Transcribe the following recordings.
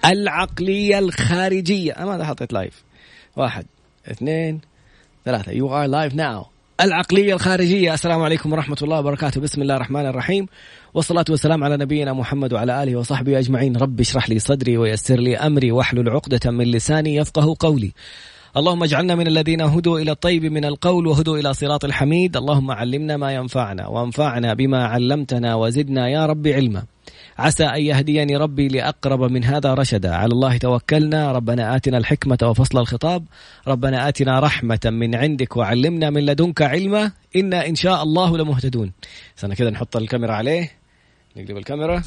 العقلية الخارجية. أنا ماذا حطيت لايف؟ 1 2 3 You are live now. العقلية الخارجية. السلام عليكم ورحمة الله وبركاته. بسم الله الرحمن الرحيم، والصلاة والسلام على نبينا محمد وعلى آله وصحبه أجمعين. رب اشرح لي صدري ويسر لي أمري واحلل عقدة من لساني يفقه قولي. اللهم اجعلنا من الذين هدوا إلى الطيب من القول وهدوا إلى صراط الحميد. اللهم علمنا ما ينفعنا وانفعنا بما علمتنا وزدنا يا رب علما. عسى أن يهديني ربي لأقرب من هذا رشدا. على الله توكلنا. ربنا آتنا الحكمة وفصل الخطاب. ربنا آتنا رحمة من عندك وعلمنا من لدنك علما إنا إن شاء الله لمهتدون. سنة كذا نحط الكاميرا عليه، نقلب الكاميرا.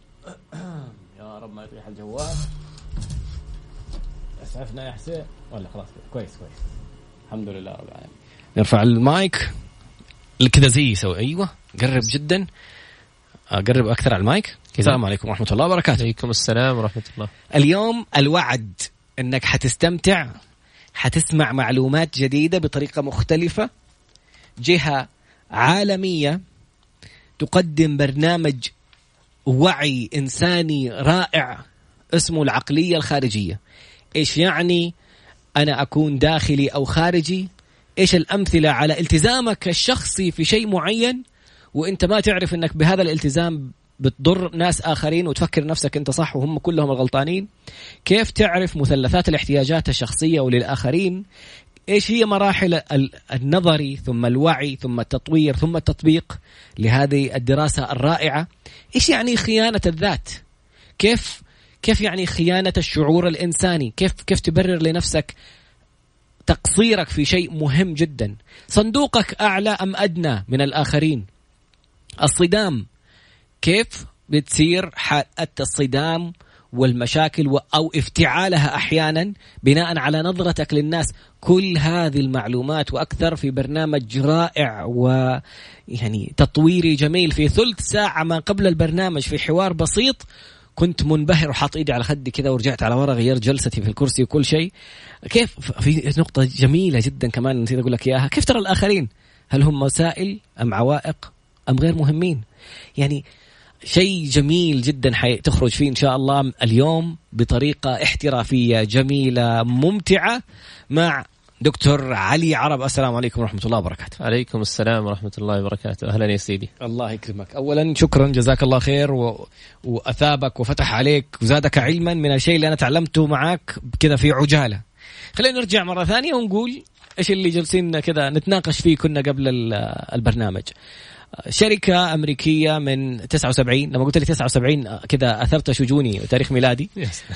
يا رب ما يطيح الجوال. اسعفنا يا حسين ولا خلاص كويس الحمد لله رب العالمين. نرفع المايك كذا زي يسوي. أيوة قرب جدا، قرب أكثر على المايك. السلام عليكم ورحمة الله وبركاته. عليكم السلام ورحمة الله. اليوم الوعد أنك حتستمتع، حتسمع معلومات جديدة بطريقة مختلفة. جهة عالمية تقدم برنامج وعي إنساني رائع اسمه العقلية الخارجية. إيش يعني أنا أكون داخلي أو خارجي؟ إيش الأمثلة على التزامك الشخصي في شيء معين وإنت ما تعرف أنك بهذا الالتزام بتضر ناس آخرين وتفكر نفسك أنت صح وهم كلهم الغلطانين؟ كيف تعرف مثلثات الاحتياجات الشخصية وللآخرين؟ إيش هي مراحل النظري ثم الوعي ثم التطوير ثم التطبيق لهذه الدراسة الرائعة؟ إيش يعني خيانة الذات؟ كيف يعني خيانة الشعور الإنساني؟ كيف تبرر لنفسك تقصيرك في شيء مهم جدا؟ صندوقك أعلى أم أدنى من الآخرين؟ الصدام، كيف بتصير حالة الصدام والمشاكل أو افتعالها أحيانا بناء على نظرتك للناس؟ كل هذه المعلومات وأكثر في برنامج رائع ويعني تطويري جميل. في ثلث ساعة ما قبل البرنامج في حوار بسيط كنت منبهر وحاط إيدي على خدي كذا ورجعت على ورا، غيرت جلستي في الكرسي وكل شيء. كيف في نقطة جميلة جدا كمان نسيت أقول لك إياها، كيف ترى الآخرين؟ هل هم مسائل أم عوائق أم غير مهمين؟ يعني شيء جميل جدا تخرج فيه إن شاء الله اليوم بطريقة احترافية جميلة ممتعة مع دكتور علي عرب. السلام عليكم ورحمة الله وبركاته. عليكم السلام ورحمة الله وبركاته. أهلا يا سيدي. الله يكرمك. أولا شكرا، جزاك الله خير وأثابك وفتح عليك وزادك علما من الشيء اللي أنا تعلمته معك كذا في عجالة. خلينا نرجع مرة ثانية ونقول إيش اللي جلسين كذا نتناقش فيه كنا قبل البرنامج. شركة أمريكية من 79، لما قلت لي 79 كذا أثرت شجوني وتاريخ ميلادي،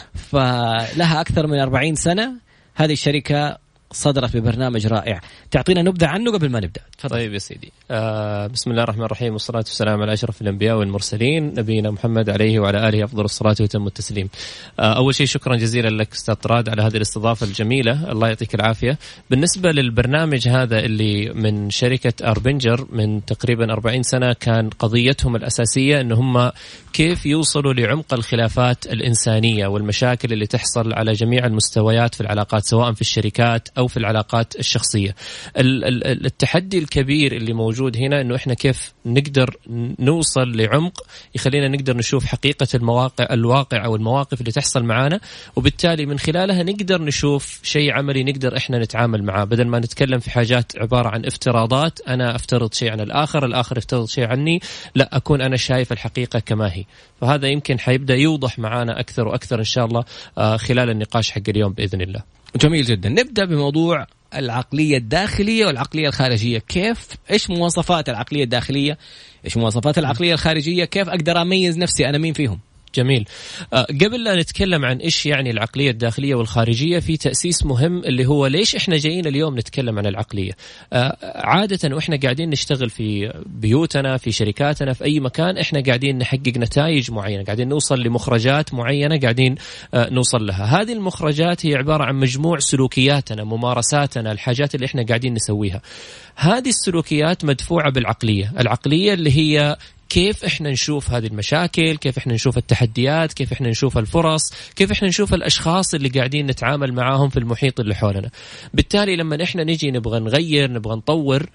فلها أكثر من 40 سنة. هذه الشركة صدرت ببرنامج رائع. تعطينا نبذة عنه قبل ما نبدأ. طيب يا سيدي. بسم الله الرحمن الرحيم، والصلاة والسلام على أشرف الأنبياء والمرسلين نبينا محمد عليه وعلى آله أفضل الصلاة وتم التسليم. أول شيء شكرا جزيلا لك أستاذ طراد على هذه الاستضافة الجميلة، الله يعطيك العافية. بالنسبة للبرنامج هذا اللي من شركة أربنجر من تقريبا 40 سنة، كان قضيتهم الأساسية أن هم كيف يوصلوا لعمق الخلافات الإنسانية والمشاكل اللي تحصل على جميع المستويات في العلاقات، سواء في الشركات أو في العلاقات الشخصية. التحدي الكبير اللي موجود هنا إنه إحنا كيف نقدر نوصل لعمق يخلينا نقدر نشوف حقيقة الواقع أو المواقف اللي تحصل معانا، وبالتالي من خلالها نقدر نشوف شيء عملي نقدر إحنا نتعامل معاه، بدل ما نتكلم في حاجات عبارة عن افتراضات، أنا أفترض شيء عن الآخر يفترض شيء عني، لا أكون أنا شايف الحقيقة كما هي. فهذا يمكن حيبدأ يوضح معانا أكثر وأكثر إن شاء الله خلال النقاش حق اليوم بإذن الله. جميل جدا. نبدأ بموضوع العقلية الداخلية والعقلية الخارجية. إيش مواصفات العقلية الداخلية؟ إيش مواصفات العقلية الخارجية؟ كيف أقدر أميز نفسي أنا مين فيهم؟ جميل. قبل لا نتكلم عن إيش يعني العقلية الداخلية والخارجية، في تأسيس مهم اللي هو ليش إحنا جايين اليوم نتكلم عن العقلية. عادة وإحنا قاعدين نشتغل في بيوتنا، في شركاتنا، في أي مكان، إحنا قاعدين نحقق نتائج معينة، قاعدين نوصل لمخرجات معينة، قاعدين نوصل لها. هذه المخرجات هي عبارة عن مجموع سلوكياتنا، ممارساتنا، الحاجات اللي إحنا قاعدين نسويها. هذه السلوكيات مدفوعة بالعقلية. العقلية اللي هي كيف إحنا نشوف هذه المشاكل، كيف إحنا نشوف التحديات، كيف إحنا نشوف الفرص، كيف إحنا نشوف الأشخاص اللي قاعدين نتعامل معاهم في المحيط اللي حولنا. بالتالي لما إحنا نجي نبغى نغير، نبغى نطور،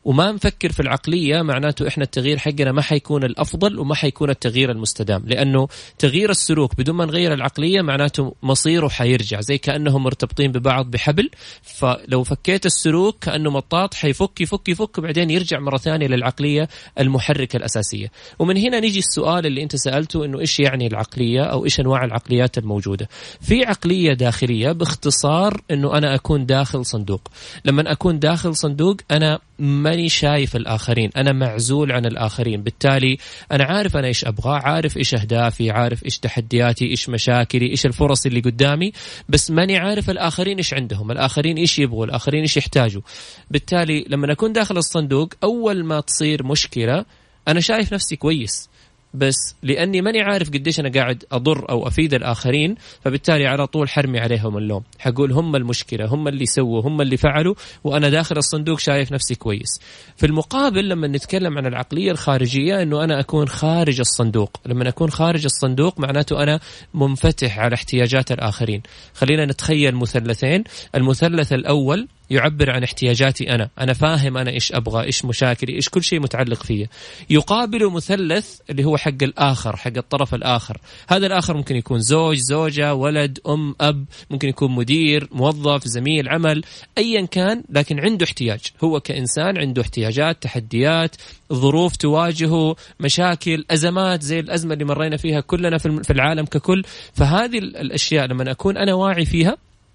وما نفكر في العقلية، معناته إحنا التغيير حقنا ما حيكون الأفضل وما حيكون التغيير المستدام، لأنه تغيير السلوك بدون ما نغير العقلية معناته مصيره حيرجع زي كأنهم مرتبطين ببعض بحبل. فلو فكيت السلوك كأنه مطاط حيفك يفك يفك بعدين يرجع مرة ثانية للعقلية المحركة الأساسية. ومن هنا نيجي السؤال اللي أنت سألته، إنه إيش يعني العقلية أو إيش أنواع العقليات الموجودة. في عقلية داخلية باختصار إنه أنا أكون داخل صندوق. لما أكون داخل صندوق أنا ماني شايف الآخرين، أنا معزول عن الآخرين، بالتالي أنا عارف أنا إيش أبغى، عارف إيش أهدافي، عارف إيش تحدياتي، إيش مشاكلي، إيش الفرص اللي قدامي، بس ماني عارف الآخرين إيش عندهم، الآخرين إيش يبغوا، الآخرين إيش يحتاجوا. بالتالي لما أكون داخل الصندوق أول ما تصير مشكلة أنا شايف نفسي كويس، بس لأني ماني عارف قديش أنا قاعد أضر أو أفيد الآخرين، فبالتالي على طول حرمي عليهم اللوم، حقول هم المشكلة، هم اللي سووا، هم اللي فعلوا، وأنا داخل الصندوق شايف نفسي كويس. في المقابل لما نتكلم عن العقلية الخارجية، أنه أنا أكون خارج الصندوق. لما أكون خارج الصندوق معناته أنا منفتح على احتياجات الآخرين. خلينا نتخيل مثلثين. المثلث الأول يعبر عن احتياجاتي أنا فاهم أنا إيش أبغى، إيش مشاكلي، إيش كل شيء متعلق فيه. يقابل مثلث اللي هو حق الآخر، حق الطرف الآخر. هذا الآخر ممكن يكون زوج، زوجة، ولد، أم، أب، ممكن يكون مدير، موظف، زميل عمل، أيا كان، لكن عنده احتياج. هو كإنسان عنده احتياجات، تحديات، ظروف تواجهه، مشاكل، أزمات زي الأزمة اللي مرينا فيها كلنا في العالم ككل. فهذه الأشياء لما أكون أنا واعي فيها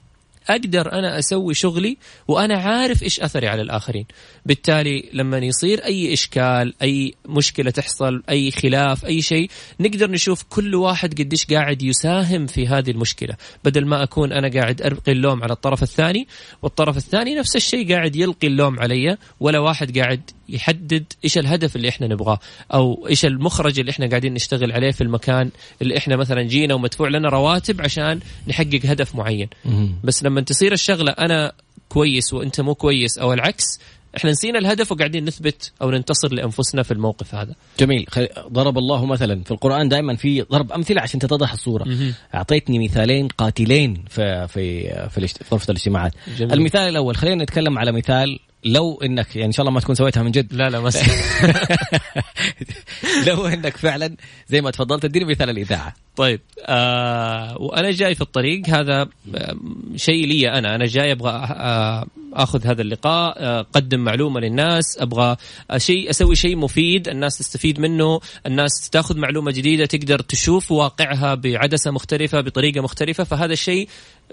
أقدر أنا أسوي شغلي وأنا عارف إيش أثري على الآخرين. بالتالي لما يصير أي إشكال، أي مشكلة تحصل، أي خلاف، أي شيء، نقدر نشوف كل واحد قديش قاعد يساهم في هذه المشكلة، بدل ما أكون أنا قاعد ألقي اللوم على الطرف الثاني، والطرف الثاني نفس الشيء قاعد يلقي اللوم علي، ولا واحد قاعد يحدد إيش الهدف اللي إحنا نبغاه أو إيش المخرج اللي إحنا قاعدين نشتغل عليه في المكان اللي إحنا مثلا جينا ومدفوع لنا رواتب عشان نحقق هدف معين. بس لما تصير الشغلة أنا كويس وأنت مو كويس أو العكس، إحنا نسينا الهدف وقاعدين نثبت أو ننتصر لأنفسنا في الموقف هذا. جميل. ضرب الله مثلا في القرآن دائما في ضرب أمثلة عشان تتضح الصورة. أعطيتني مثالين قاتلين في غرفة الاجتماعات. جميل. المثال الأول خلينا نتكلم على مثال، لو انك يعني ان شاء الله ما تكون سويتها من جد. لا ما لو انك فعلا زي ما تفضلت اديني مثال الاذاعه. طيب وانا جاي في الطريق هذا شيء لي انا جاي ابغى اخذ هذا اللقاء، اقدم معلومه للناس، ابغى اسوي شيء مفيد الناس تستفيد منه، الناس تاخذ معلومه جديده تقدر تشوف واقعها بعدسه مختلفه بطريقه مختلفه. فهذا الشيء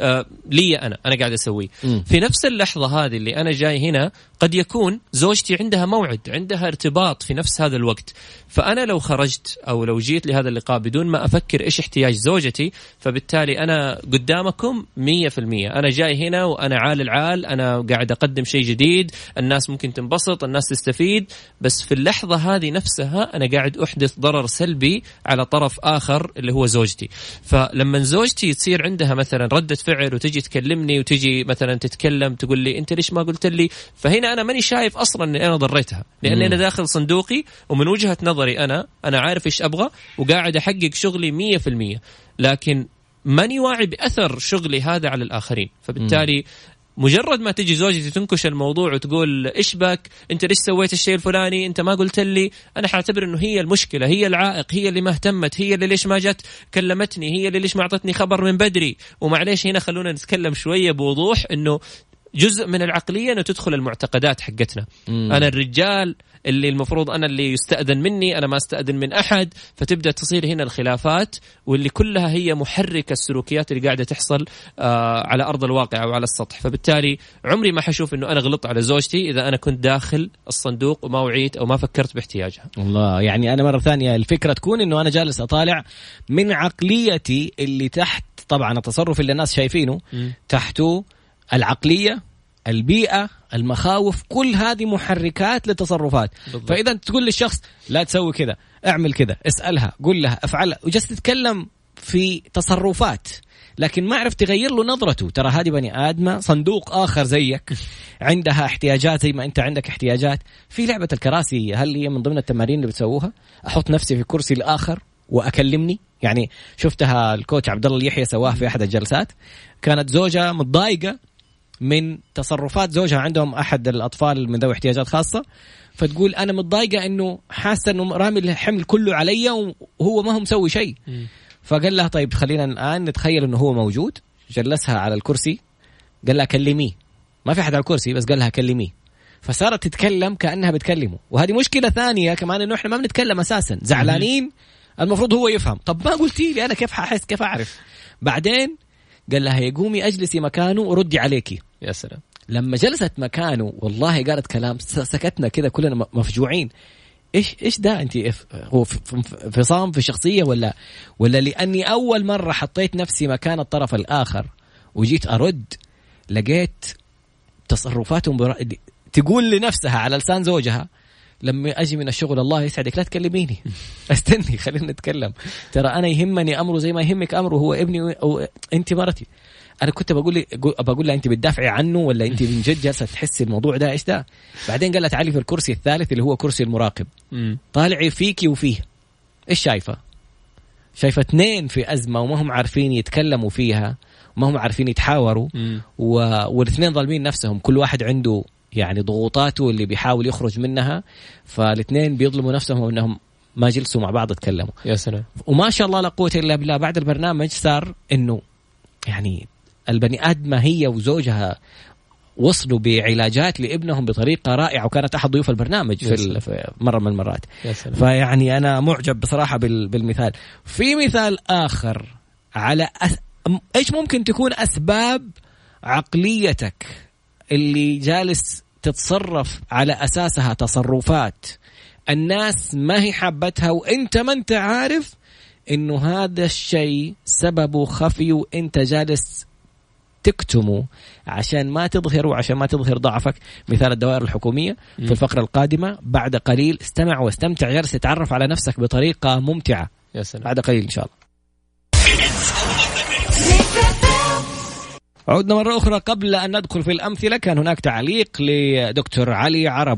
لي أنا قاعد أسويه. في نفس اللحظة هذه اللي أنا جاي هنا قد يكون زوجتي عندها موعد، عندها ارتباط في نفس هذا الوقت. فأنا لو خرجت أو لو جيت لهذا اللقاء بدون ما أفكر إيش احتياج زوجتي، فبالتالي أنا قدامكم 100%. أنا جاي هنا وأنا عال العال، أنا قاعد أقدم شيء جديد، الناس ممكن تنبسط، الناس تستفيد، بس في اللحظة هذه نفسها أنا قاعد أحدث ضرر سلبي على طرف آخر اللي هو زوجتي. فلما زوجتي تصير عندها مثلا ردة فعل وتجي تكلمني وتجي مثلا تتكلم تقول لي أنت ليش ما قلت لي، فهنا أنا ماني شايف أصلا أني أنا ضريتها، لأني أنا داخل صندوقي ومن وجهة نظري أنا عارف إيش أبغى وقاعد أحقق شغلي 100%، لكن ماني واعي بأثر شغلي هذا على الآخرين. فبالتالي مجرد ما تجي زوجتي تنكش الموضوع وتقول إيش بك أنت ليش سويت الشيء الفلاني، أنت ما قلت لي، أنا حاعتبر إنه هي المشكلة، هي العائق، هي اللي ما اهتمت، هي اللي ليش ما جت كلمتني، هي اللي ليش ما أعطتني خبر من بدري. ومعليش هنا خلونا نتكلم شوية بوضوح إنه جزء من العقلية أنه تدخل المعتقدات حقتنا. أنا الرجال اللي المفروض أنا اللي يستأذن مني، أنا ما استأذن من أحد، فتبدأ تصير هنا الخلافات، واللي كلها هي محرك السلوكيات اللي قاعدة تحصل على أرض الواقع أو على السطح. فبالتالي عمري ما حشوف أنه أنا غلطت على زوجتي إذا أنا كنت داخل الصندوق وما وعيت أو ما فكرت باحتياجها. والله يعني أنا مرة ثانية الفكرة تكون أنه أنا جالس أطالع من عقليتي اللي تحت طبعا التصرف اللي الناس شايفينه تحته العقلية، البيئة، المخاوف، كل هذه محركات للتصرفات. فإذا تقول للشخص لا تسوي كذا، اعمل كذا، اسألها، قل لها، افعلها، وجلس تتكلم في تصرفات لكن ما عرفت تغير له نظرته. ترى هذه بني آدمة صندوق آخر زيك، عندها احتياجات زي ما أنت عندك احتياجات. في لعبة الكراسي هل هي من ضمن التمارين اللي بتسووها؟ أحط نفسي في كرسي الآخر وأكلمني. يعني شفتها الكوتش عبد الله اليحيى سواها في أحد الجلسات، كانت زوجة متضايقة من تصرفات زوجها. عندهم أحد الأطفال من ذوي احتياجات خاصة، فتقول أنا متضايقة إنه حاسة إنه رامي الحمل كله علي وهو ما هو مسوي شيء. فقال لها طيب خلينا الآن نتخيل إنه هو موجود. جلسها على الكرسي، قال لها كلميه. ما في أحد على الكرسي بس قال لها كلميه. فصارت تتكلم كأنها بتكلمه. وهذه مشكلة ثانية كمان، إنه إحنا ما بنتكلم أساسا، زعلانين المفروض هو يفهم. طب ما قلتي لي أنا كيف أحس كيف أعرف؟ بعدين قال لها قومي أجلسي مكانه وردي عليكي. يا سلام. لما جلست مكانه والله قالت كلام سكتنا كذا كلنا مفجوعين. إيش ده؟ أنت هو فصام في الشخصية ولا لأني أول مرة حطيت نفسي مكان الطرف الآخر وجيت أرد لقيت تصرفاتهم تقول لنفسها على لسان زوجها لما أجي من الشغل الله يسعدك لا تكلميني استني خلينا نتكلم، ترى أنا يهمني أمره زي ما يهمك أمره، هو ابني أو أنت مرتي. أنا كنت بقول لها أنت بتدافعي عنه ولا أنت من جد جالسة تحسي الموضوع ده إيش ده؟ بعدين قالت تعالي في الكرسي الثالث اللي هو كرسي المراقب، طالعي فيكي وفيه. إيش شايفة 2 في أزمة وما هم عارفين يتكلموا فيها وما هم عارفين يتحاوروا والاثنين ظالمين نفسهم، كل واحد عنده يعني ضغوطاته اللي بيحاول يخرج منها، فالاثنين بيظلموا نفسهم انهم ما جلسوا مع بعض اتكلموا. يا سلام. وما شاء الله لا قوه الا بالله بعد البرنامج صار انه يعني البني ادمه هي وزوجها وصلوا بعلاجات لابنهم بطريقه رائعه، وكانت احد ضيوف البرنامج في مره من المرات. فيعني انا معجب بصراحه بالمثال. في مثال اخر على ايش ممكن تكون اسباب عقليتك اللي جالس تتصرف على أساسها تصرفات الناس ما هي حابتها وإنت ما أنت عارف إنه هذا الشيء سببه خفي وإنت جالس تكتمه عشان ما تظهر وعشان ما تظهر ضعفك. مثال الدوائر الحكومية في الفقرة القادمة بعد قليل. استمع واستمتع، جالس تتعرف على نفسك بطريقة ممتعة. يا سلام. بعد قليل إن شاء الله. عودنا مرة أخرى. قبل أن ندخل في الأمثلة كان هناك تعليق لدكتور علي عرب،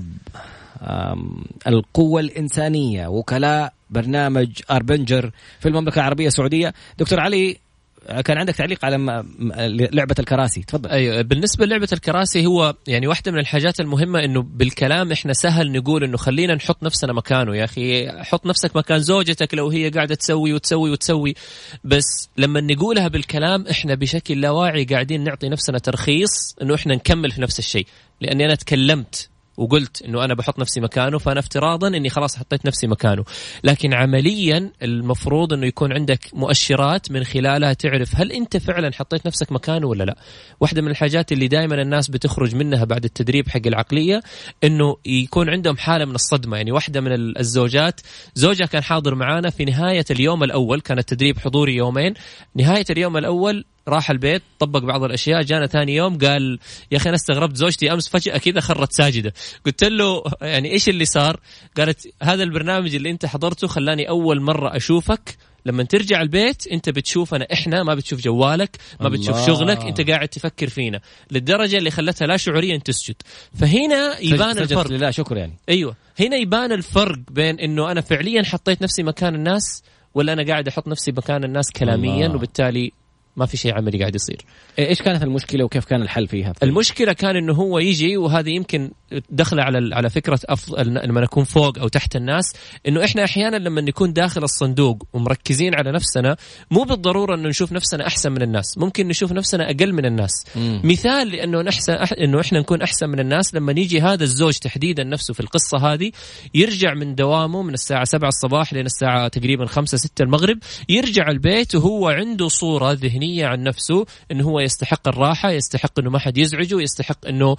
القوة الإنسانية، وكلاء برنامج أربنجر في المملكة العربية السعودية. دكتور علي كان عندك تعليق على لعبة الكراسي، تفضل. أيوة، بالنسبة للعبة الكراسي هو يعني واحدة من الحاجات المهمة إنه بالكلام إحنا سهل نقول إنه خلينا نحط نفسنا مكانه. يا أخي حط نفسك مكان زوجتك لو هي قاعدة تسوي وتسوي وتسوي، بس لما نقولها بالكلام إحنا بشكل لا واعي قاعدين نعطي نفسنا ترخيص إنه إحنا نكمل في نفس الشيء، لأني أنا تكلمت وقلت إنه أنا بحط نفسي مكانه، فأنا افتراضا إني خلاص حطيت نفسي مكانه. لكن عمليا المفروض إنه يكون عندك مؤشرات من خلالها تعرف هل أنت فعلا حطيت نفسك مكانه ولا لا. واحدة من الحاجات اللي دائما الناس بتخرج منها بعد التدريب حق العقلية إنه يكون عندهم حالة من الصدمة. يعني واحدة من الزوجات زوجها كان حاضر معانا في نهاية اليوم الأول، كان التدريب حضوري يومين. نهاية اليوم الأول راح البيت طبق بعض الأشياء، جانا ثاني يوم قال يا أخي أنا استغربت زوجتي أمس فجأة كذا خرت ساجدة. قلت له يعني إيش اللي صار؟ قالت هذا البرنامج اللي أنت حضرته خلاني أول مرة أشوفك لما ترجع البيت أنت بتشوفنا إحنا، ما بتشوف جوالك، ما بتشوف شغلك، أنت قاعد تفكر فينا، للدرجة اللي خلتها لا شعوريا تسجد. فهنا يبان الفرق. لا شكر يعني. أيوة، هنا يبان الفرق بين إنه أنا فعليا حطيت نفسي مكان الناس ولا أنا قاعد أحط نفسي مكان الناس كلاميا، وبالتالي ما في شيء عملي قاعد يصير. إيش كانت المشكلة وكيف كان الحل فيها؟ المشكلة كان إنه هو يجي، وهذه يمكن دخل على فكرة لما نكون فوق أو تحت الناس، إنه إحنا أحيانا لما نكون داخل الصندوق ومركزين على نفسنا مو بالضرورة إنه نشوف نفسنا أحسن من الناس، ممكن نشوف نفسنا أقل من الناس. مثال لأنه إنه إحنا نكون أحسن من الناس لما نيجي هذا الزوج تحديدا نفسه في القصة هذه يرجع من دوامه من الساعة 7 الصباح لين الساعة تقريبا 5-6 المغرب، يرجع البيت وهو عنده صورة ذهنية عن نفسه إنه هو يستحق الراحة، يستحق إنه ما حد يزعجه، يستحق إنه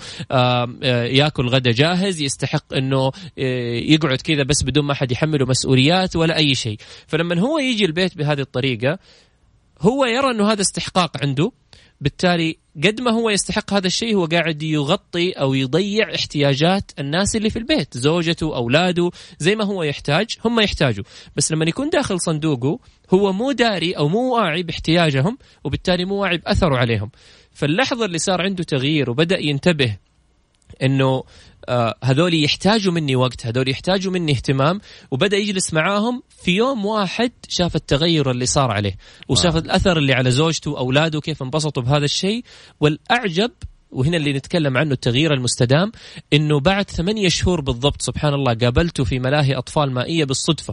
يأكل غدا جاهز، يستحق إنه يقعد كذا بس بدون ما حد يحمله مسؤوليات ولا أي شيء. فلما هو يجي البيت بهذه الطريقة هو يرى إنه هذا استحقاق عنده، بالتالي قد ما هو يستحق هذا الشيء هو قاعد يغطي أو يضيع احتياجات الناس اللي في البيت، زوجته، أولاده، زي ما هو يحتاج هم يحتاجوا. بس لما يكون داخل صندوقه هو مو داري أو مو واعي باحتياجهم، وبالتالي مو واعي بأثره عليهم. فاللحظة اللي صار عنده تغيير وبدأ ينتبه إنه هذول يحتاجوا مني وقت، هذول يحتاجوا مني اهتمام، وبدأ يجلس معاهم، في يوم واحد شاف التغير اللي صار عليه، وشاف الأثر اللي على زوجته وأولاده كيف انبسطوا بهذا الشيء. والأعجب وهنا اللي نتكلم عنه التغيير المستدام، إنه بعد 8 شهور بالضبط سبحان الله قابلته في ملاهي أطفال مائية بالصدفة،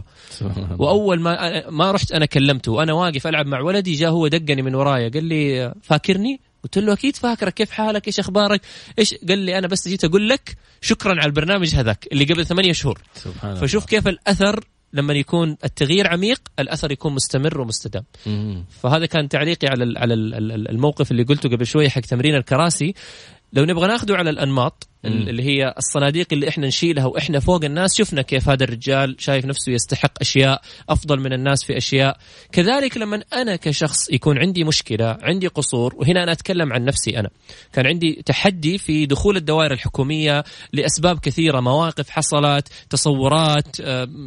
وأول ما رحت أنا كلمته وأنا واقف ألعب مع ولدي، جاء هو دقني من ورايا قال لي فاكرني؟ قلت له أكيد فاكرك، كيف حالك، إيش أخبارك، إيش؟ قال لي أنا بس جيت أقول لك شكرا على البرنامج هذاك اللي قبل 8 شهور. فشوف كيف الأثر لما يكون التغيير عميق، الأثر يكون مستمر ومستدام. فهذا كان تعليقي على الموقف اللي قلته قبل شوية حق تمرين الكراسي. لو نبغى ناخده على الأنماط اللي هي الصناديق اللي إحنا نشيلها وإحنا فوق الناس، شفنا كيف هذا الرجال شايف نفسه يستحق أشياء أفضل من الناس في أشياء. كذلك لما أنا كشخص يكون عندي مشكلة، عندي قصور، وهنا أنا أتكلم عن نفسي، أنا كان عندي تحدي في دخول الدوائر الحكومية لأسباب كثيرة، مواقف حصلت، تصورات،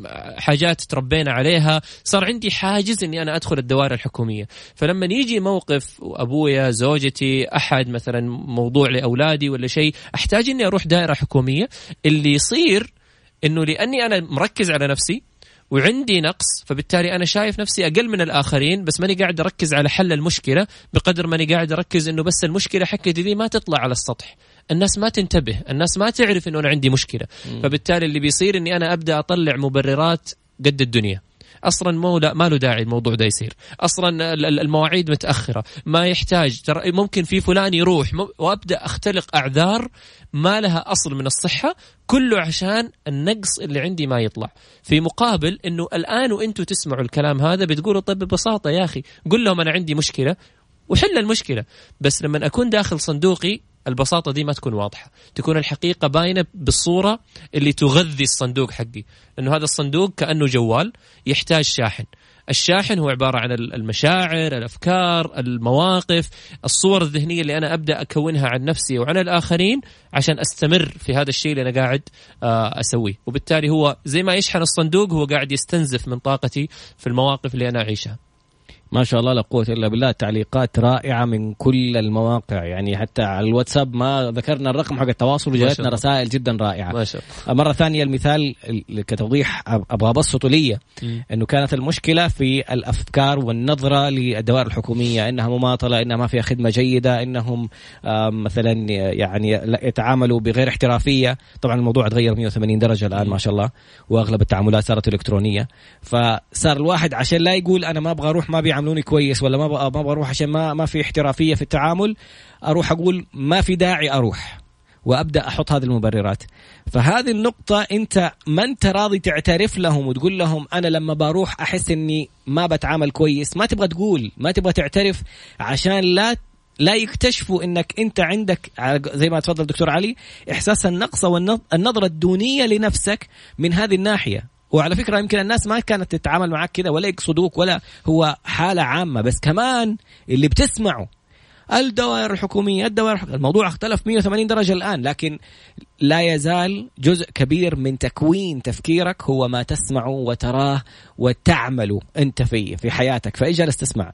حاجات تربينا عليها، صار عندي حاجز إني أنا أدخل الدوائر الحكومية. فلما يجي موقف أبويا، زوجتي، أحد مثلا موضوع لأولادي ولا شيء، أحتاج إني أروح دائرة حكومية، اللي يصير إنه لأني أنا مركز على نفسي وعندي نقص، فبالتالي أنا شايف نفسي أقل من الآخرين، بس ماني قاعد أركز على حل المشكلة بقدر ماني قاعد أركز إنه بس المشكلة حقتي دي ما تطلع على السطح، الناس ما تنتبه، الناس ما تعرف إنه أنا عندي مشكلة. فبالتالي اللي بيصير إني أنا أبدأ أطلع مبررات قد الدنيا. أصلا ما له داعي الموضوع ده يصير، أصلا المواعيد متأخرة، ما يحتاج، ترى ممكن في فلان يروح، وأبدأ أختلق أعذار ما لها أصل من الصحة، كله عشان النقص اللي عندي ما يطلع. في مقابل إنه الآن وإنتوا تسمعوا الكلام هذا بتقولوا طيب ببساطة يا أخي قل لهم أنا عندي مشكلة وحل المشكلة. بس لما أكون داخل صندوقي البساطة دي ما تكون واضحة، تكون الحقيقة باينة بالصورة اللي تغذي الصندوق حقي، لأنه هذا الصندوق كأنه جوال يحتاج شاحن. الشاحن هو عبارة عن المشاعر، الأفكار، المواقف، الصور الذهنية اللي أنا أبدأ أكونها عن نفسي وعن الآخرين عشان أستمر في هذا الشيء اللي أنا قاعد أسويه. وبالتالي هو زي ما يشحن الصندوق، هو قاعد يستنزف من طاقتي في المواقف اللي أنا أعيشها. ما شاء الله لا قوة إلا بالله، تعليقات رائعة من كل المواقع، يعني حتى على الواتساب ما ذكرنا الرقم حق التواصل وجاءتنا رسائل جدا رائعة ما شاء الله. مرة ثانية المثال كتوضيح أبغى أبسطه لي، أنه كانت المشكلة في الأفكار والنظرة للدوائر الحكومية، إنها مماطلة، إنها ما فيها خدمة جيدة، إنهم مثلا يعني يتعاملوا بغير احترافية. طبعا الموضوع تغير 180 درجة الآن ما شاء الله، وأغلب التعاملات صارت إلكترونية. فصار الواحد عشان لا يقول أنا ما أبغى أروح، ما بيعاملوني كويس، ولا ما بروح عشان ما في احترافية في التعامل، أروح أقول ما في داعي أروح، وأبدأ أحط هذه المبررات. فهذه النقطة أنت ما أنت راضي تعترف لهم وتقول لهم أنا لما بروح أحس أني ما بتعامل كويس، ما تبغى تقول، ما تبغى تعترف، عشان لا يكتشفوا أنك أنت عندك زي ما تفضل دكتور علي إحساس النقص والنظرة الدونية لنفسك من هذه الناحية. وعلى فكرة يمكن الناس ما كانت تتعامل معك كذا ولا يقصدوك، ولا هو حالة عامة، بس كمان اللي بتسمعه الدوائر الحكومية، الموضوع اختلف 180 درجة الآن، لكن لا يزال جزء كبير من تكوين تفكيرك هو ما تسمعه وتراه وتعمله أنت في حياتك. فإجلس تسمع.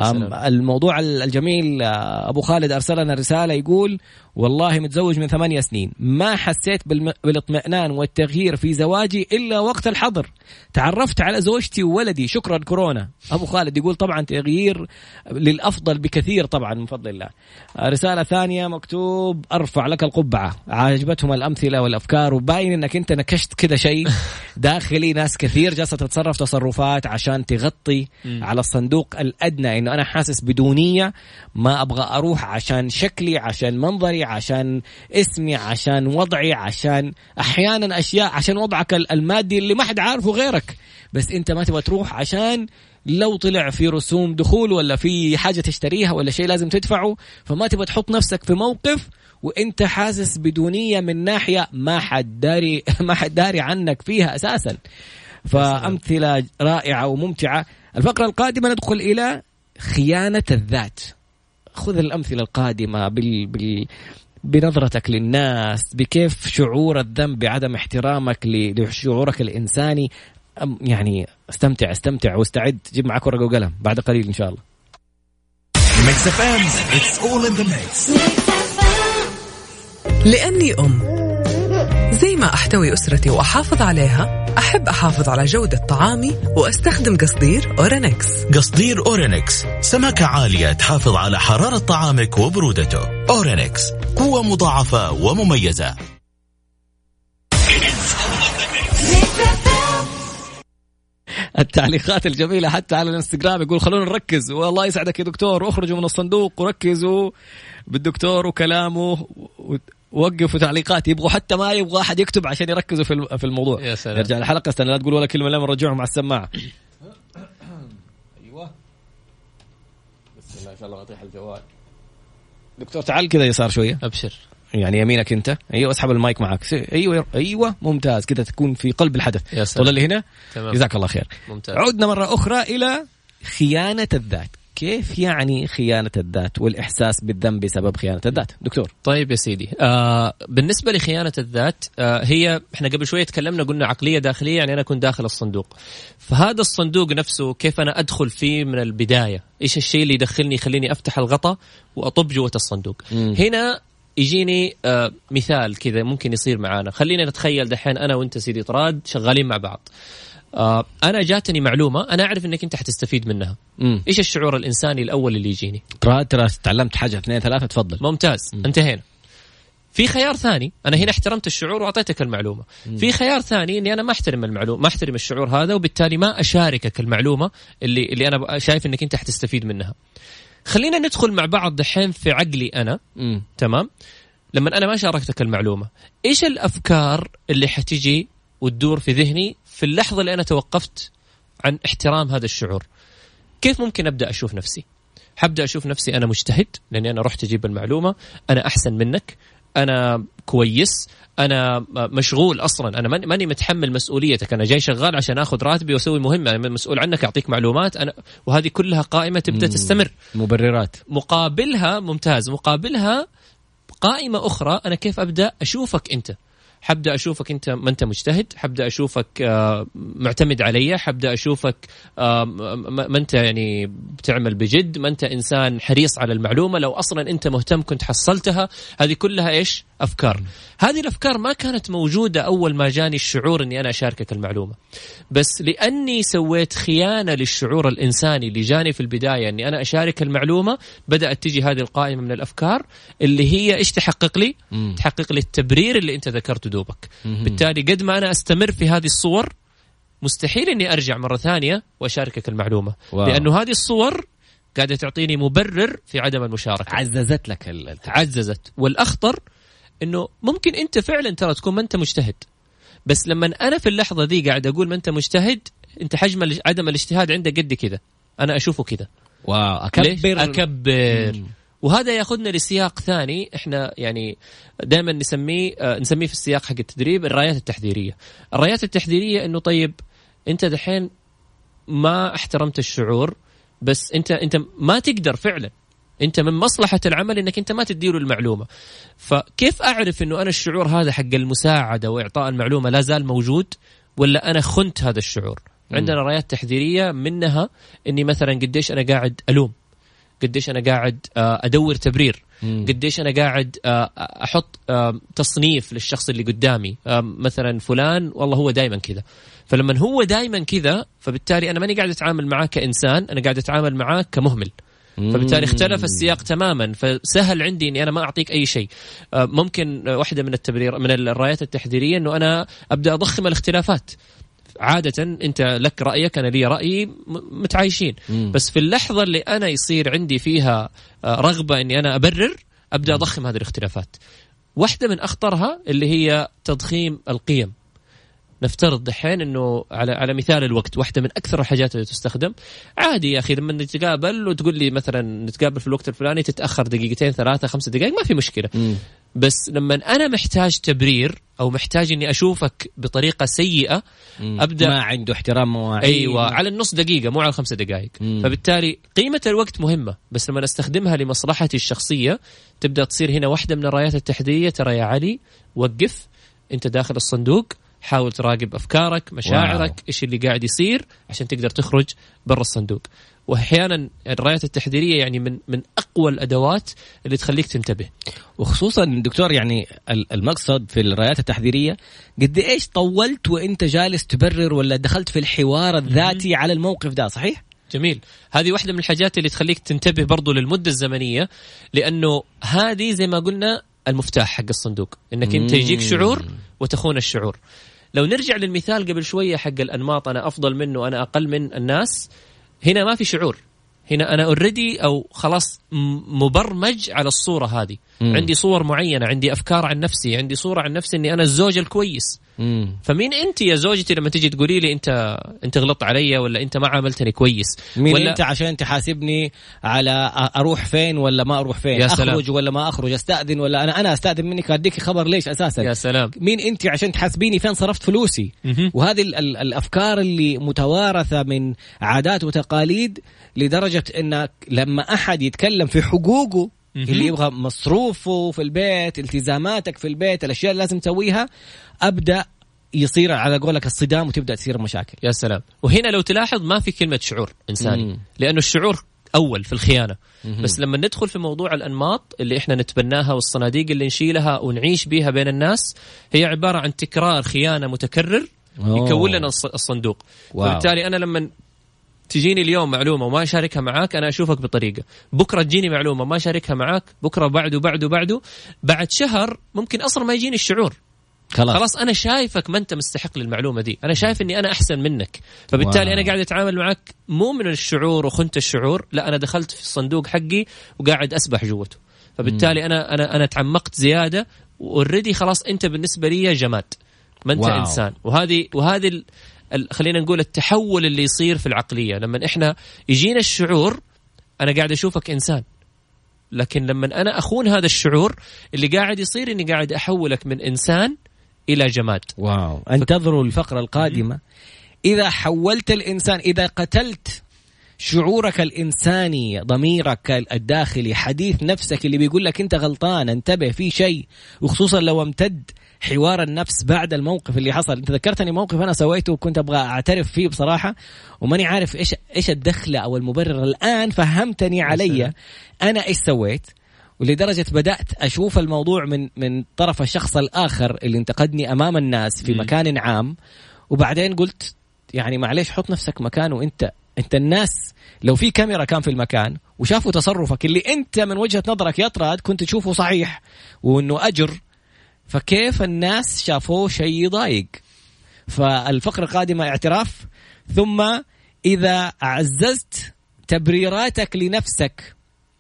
الموضوع الجميل أبو خالد أرسل لنا رسالة يقول والله متزوج من 8 سنين، ما حسيت بالاطمئنان والتغيير في زواجي إلا وقت الحظر، تعرفت على زوجتي وولدي شكرا كورونا. أبو خالد يقول طبعا تغيير للأفضل بكثير طبعا من فضل الله. رسالة ثانية مكتوب أرفع لك القبعة، عجبتهم الأمثلة والأفكار، وباين أنك أنت نكشت كذا شيء داخلي. ناس كثير جالسة تتصرف تصرفات عشان تغطي على الصندوق الأدنى، إنه أنا حاسس بدونية، ما أبغى أروح عشان شكلي، عشان منظري، عشان اسمي، عشان وضعي، عشان أحيانا أشياء، عشان وضعك المادي اللي ما حد عارفه غيرك، بس أنت ما تبغى تروح عشان لو طلع في رسوم دخول ولا في حاجة تشتريها ولا شيء لازم تدفعه، فما تبغى تحط نفسك في موقف وانت حاسس بدونية من ناحية ما حد داري عنك فيها أساسا. فأمثلة رائعة وممتعة. الفقرة القادمة ندخل إلى خيانة الذات. خذ الأمثلة القادمة بنظرتك للناس، بكيف شعور الذنب بعدم احترامك لشعورك الإنساني. يعني استمتع واستعد، جيب معك ورقة وقلم بعد قليل إن شاء الله. لأني زي ما أحتوي أسرتي وأحافظ عليها، أحب أحافظ على جودة طعامي وأستخدم قصدير أورينكس. قصدير أورينكس سمكة عالية تحافظ على حرارة طعامك وبرودته. أورينكس قوة مضاعفة ومميزة. التعليقات الجميلة حتى على الانستغرام يقول خلونا نركز، والله يسعدك يا دكتور، واخرجوا من الصندوق وركزوا بالدكتور وكلامه، ووقفوا تعليقات. يبغوا حتى ما يبغى أحد يكتب عشان يركزوا في الموضوع. يا سلام. نرجع الحلقة، استنى لا تقول ولا كلمة لما نرجعهم مع السماعة. أيوة بسم الله إن شاء الله أطيح الجوال. دكتور تعال كذا يسار شوية، أبشر يعني يمينك انت. ايوه اسحب المايك معك. ايوه ممتاز كده، تكون في قلب الحدث. طول اللي هنا تمام. جزاك الله خير. ممتاز. عودنا مرة أخرى إلى خيانة الذات. كيف يعني خيانة الذات والإحساس بالذنب بسبب خيانة الذات دكتور؟ طيب يا سيدي، بالنسبة لخيانة الذات، هي احنا قبل شوية تكلمنا قلنا عقلية داخلية، يعني أنا كنت داخل الصندوق. فهذا الصندوق نفسه كيف أنا أدخل فيه من البداية؟ إيش الشيء اللي يدخلني يخليني أفتح الغطاء وأطب جوة الصندوق؟ هنا يجيني مثال كذا ممكن يصير معانا. خلينا نتخيل دحين أنا وأنت سيدي طراد شغالين مع بعض. أنا جاتني معلومة أنا أعرف أنك أنت حتستفيد منها. إيش الشعور الإنساني الأول اللي يجيني؟ ترى تعلمت حاجة 2 3 تفضل. ممتاز. انتهينا. في خيار ثاني، أنا هنا احترمت الشعور وأعطيتك المعلومة. في خيار ثاني إني أنا ما أحترم المعلومة، ما أحترم الشعور هذا، وبالتالي ما أشاركك المعلومة اللي أنا شايف أنك أنت حتستفيد منها. خلينا ندخل مع بعض دحين في عقلي أنا. تمام. لما أنا ما شاركتك المعلومة، إيش الأفكار اللي حتيجي وتدور في ذهني في اللحظة اللي أنا توقفت عن احترام هذا الشعور؟ كيف ممكن أبدأ أشوف نفسي؟ حبدأ أشوف نفسي أنا مجتهد لأني أنا رحت أجيب المعلومة، أنا أحسن منك، أنا كويس، أنا مشغول أصلا، أنا ماني متحمل مسؤوليتك، أنا جاي شغال عشان أخذ راتبي وأسوي مهمة، أنا مسؤول عنك، أعطيك معلومات أنا. وهذه كلها قائمة تبدأ تستمر. مبررات. مقابلها ممتاز، مقابلها قائمة أخرى، أنا كيف أبدأ أشوفك أنت؟ حبدأ أشوفك أنت ما أنت مجتهد، حبدأ أشوفك معتمد علي، حبدأ أشوفك ما أنت يعني بتعمل بجد، ما أنت إنسان حريص على المعلومة، لو أصلا أنت مهتم كنت حصلتها. هذه كلها إيش؟ أفكار. هذه الأفكار ما كانت موجودة أول ما جاني الشعور أني أنا أشاركك المعلومة، بس لأني سويت خيانة للشعور الإنساني اللي جاني في البداية أني أنا أشارك المعلومة، بدأت تجي هذه القائمة من الأفكار اللي هي إيش تحقق لي؟ تحقق لي التبرير اللي أنت ذكرته دوبك. بالتالي قد ما أنا أستمر في هذه الصور، مستحيل أني أرجع مرة ثانية وأشاركك المعلومة. لأنه هذه الصور قاعدة تعطيني مبرر في عدم المشاركة. عززت لك عززت. والأخطر إنه ممكن أنت فعلا ترى تكون ما أنت مجتهد، بس لما أنا في اللحظة ذي قاعد أقول ما أنت مجتهد، أنت حجم عدم الاجتهاد عندك قد كذا، أنا أشوفه كذا. أكبر. وهذا ياخذنا لسياق ثاني، احنا يعني دائما نسميه في السياق حق التدريب الرايات التحذيريه. الرايات التحذيريه انه طيب انت دحين ما احترمت الشعور، بس انت ما تقدر فعلا، انت من مصلحه العمل انك انت ما تديله المعلومه. فكيف اعرف انه انا الشعور هذا حق المساعده واعطاء المعلومه لا زال موجود، ولا انا خنت هذا الشعور؟ عندنا رايات تحذيريه، منها اني مثلا قديش انا قاعد الوم، قديش أنا قاعد أدور تبرير، قديش أنا قاعد أحط تصنيف للشخص اللي قدامي، مثلا فلان والله هو دايما كذا. فلما هو دايما كذا، فبالتالي أنا ماني قاعد أتعامل معاه كإنسان، أنا قاعد أتعامل معاه كمهمل. فبالتالي اختلف السياق تماما، فسهل عندي أني أنا ما أعطيك أي شيء. ممكن واحدة من التبرير من الرايات التحذيرية أنه أنا أبدأ أضخم الاختلافات. عادة أنت لك رأيك، أنا لي رأيي، متعايشين. بس في اللحظة اللي أنا يصير عندي فيها رغبة أني أنا أبرر، أبدأ أضخم هذه الاختلافات. واحدة من أخطرها اللي هي تضخيم القيم. نفترض دحين أنه على مثال الوقت، واحدة من أكثر الحاجات اللي تستخدم. عادي يا أخي لما نتقابل وتقول لي مثلا نتقابل في الوقت الفلاني، تتأخر 2 3 5 دقائق ما في مشكلة. بس لما أنا محتاج تبرير أو محتاج أني أشوفك بطريقة سيئة، أبدأ ما عنده احترام مواعيد. أيوة، على النص دقيقة مو على 5 دقائق. فبالتالي قيمة الوقت مهمة، بس لما نستخدمها لمصلحتي الشخصية تبدأ تصير هنا واحدة من الرايات التحذيرية. ترى يا علي وقف، أنت داخل الصندوق، حاول تراقب أفكارك، مشاعرك، إيش اللي قاعد يصير عشان تقدر تخرج برا الصندوق. وأحيانا الرايات التحذيرية يعني من أقوى الأدوات اللي تخليك تنتبه. وخصوصا دكتور يعني المقصد في الرايات التحذيرية قد إيش طولت وإنت جالس تبرر ولا دخلت في الحوار الذاتي على الموقف ده، صحيح؟ جميل. هذه واحدة من الحاجات اللي تخليك تنتبه برضو للمدة الزمنية، لأنه هذه زي ما قلنا المفتاح حق الصندوق، إنك أنت يجيك شعور وتخون الشعور. لو نرجع للمثال قبل شوية حق الأنماط، أنا أفضل منه، أنا أقل من الناس، هنا ما في شعور، هنا أنا أوريدي أو خلاص مبرمج على الصورة هذه. عندي صور معينة، عندي أفكار عن نفسي، عندي صورة عن نفسي أني أنا الزوج الكويس. فمين أنت يا زوجتي لما تيجي تقولي لي أنت غلطت علي ولا أنت ما عملتني كويس؟ مين ولا أنت عشان تحاسبني على أروح فين ولا ما أروح فين، أخرج ولا ما أخرج، أستأذن ولا أنا أستأذن منك، أديك خبر ليش أساسا؟ يا سلام. مين أنت عشان تحاسبيني فين صرفت فلوسي؟ وهذه الأفكار اللي متوارثة من عادات وتقاليد، لدرجة أنك لما أحد يتكلم في حقوقه اللي يبغى مصروفه في البيت، التزاماتك في البيت، الأشياء اللي لازم تسويها، أبدأ يصير على قولك الصدام وتبدأ تصير مشاكل. يا سلام. وهنا لو تلاحظ ما في كلمة شعور إنساني، لأنه الشعور أول في الخيانة. بس لما ندخل في موضوع الأنماط اللي إحنا نتبناها والصناديق اللي نشيلها ونعيش بيها بين الناس، هي عبارة عن تكرار خيانة متكرر يكون لنا الصندوق. وبالتالي أنا لما تجيني اليوم معلومة وما أشاركها معاك، أنا أشوفك بطريقة، بكرة تجيني معلومة ما أشاركها معاك، بكرة بعده بعد شهر ممكن أصلا ما يجيني الشعور. خلاص أنا شايفك ما أنت مستحق للمعلومة دي، أنا شايف أني أنا أحسن منك، فبالتالي أنا قاعد أتعامل معك مو من الشعور وخنت الشعور، لا أنا دخلت في الصندوق حقي وقاعد أسبح جوته. فبالتالي أنا تعمقت زيادة، وأوريدي خلاص أنت بالنسبة لي جماد، ما أنت إنسان. وهذه خلينا نقول التحول اللي يصير في العقلية لما إحنا يجينا الشعور، أنا قاعد أشوفك إنسان، لكن لما أنا أخون هذا الشعور اللي قاعد يصير إني قاعد أحولك من إنسان إلى جماد. واو. انتظروا الفقرة القادمة. إذا حولت الإنسان، إذا قتلت شعورك الإنساني، ضميرك الداخلي، حديث نفسك اللي بيقول لك أنت غلطان، انتبه في شيء، وخصوصا لو امتد حوار النفس بعد الموقف اللي حصل. انت ذكرتني موقف انا سويته وكنت ابغى اعترف فيه بصراحه، وماني عارف ايش الدخله او المبرر. الان فهمتني علي انا ايش سويت، ولدرجه بدات اشوف الموضوع من طرف الشخص الاخر اللي انتقدني امام الناس في مكان عام. وبعدين قلت يعني معليش، حط نفسك مكانه. انت الناس لو في كاميرا كان في المكان وشافوا تصرفك اللي انت من وجهه نظرك يا طراد كنت تشوفه صحيح وانه اجر، فكيف الناس شافوه شيء يضايق؟ فالفقرة القادمة اعتراف، ثم إذا عززت تبريراتك لنفسك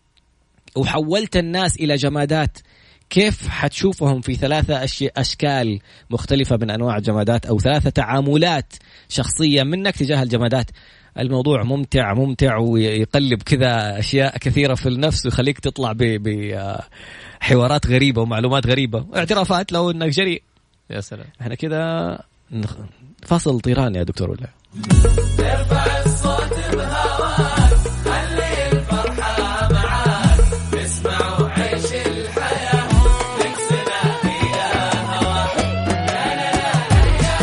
وحولت الناس إلى جمادات، كيف حتشوفهم في 3 أشكال مختلفة من أنواع الجمادات، أو 3 تعاملات شخصية منك تجاه الجمادات. الموضوع ممتع ويقلب كذا أشياء كثيرة في النفس، ويخليك تطلع بحوارات غريبة ومعلومات غريبة واعترافات لو أنك جريء. يا سلام. احنا كذا فاصل طيران يا دكتور ولا؟ ارفع الصوت بهواك، خلي الفرحة معاك، اسمع وعيش الحياة، نكسنا فيها هواك. لا لا لا يا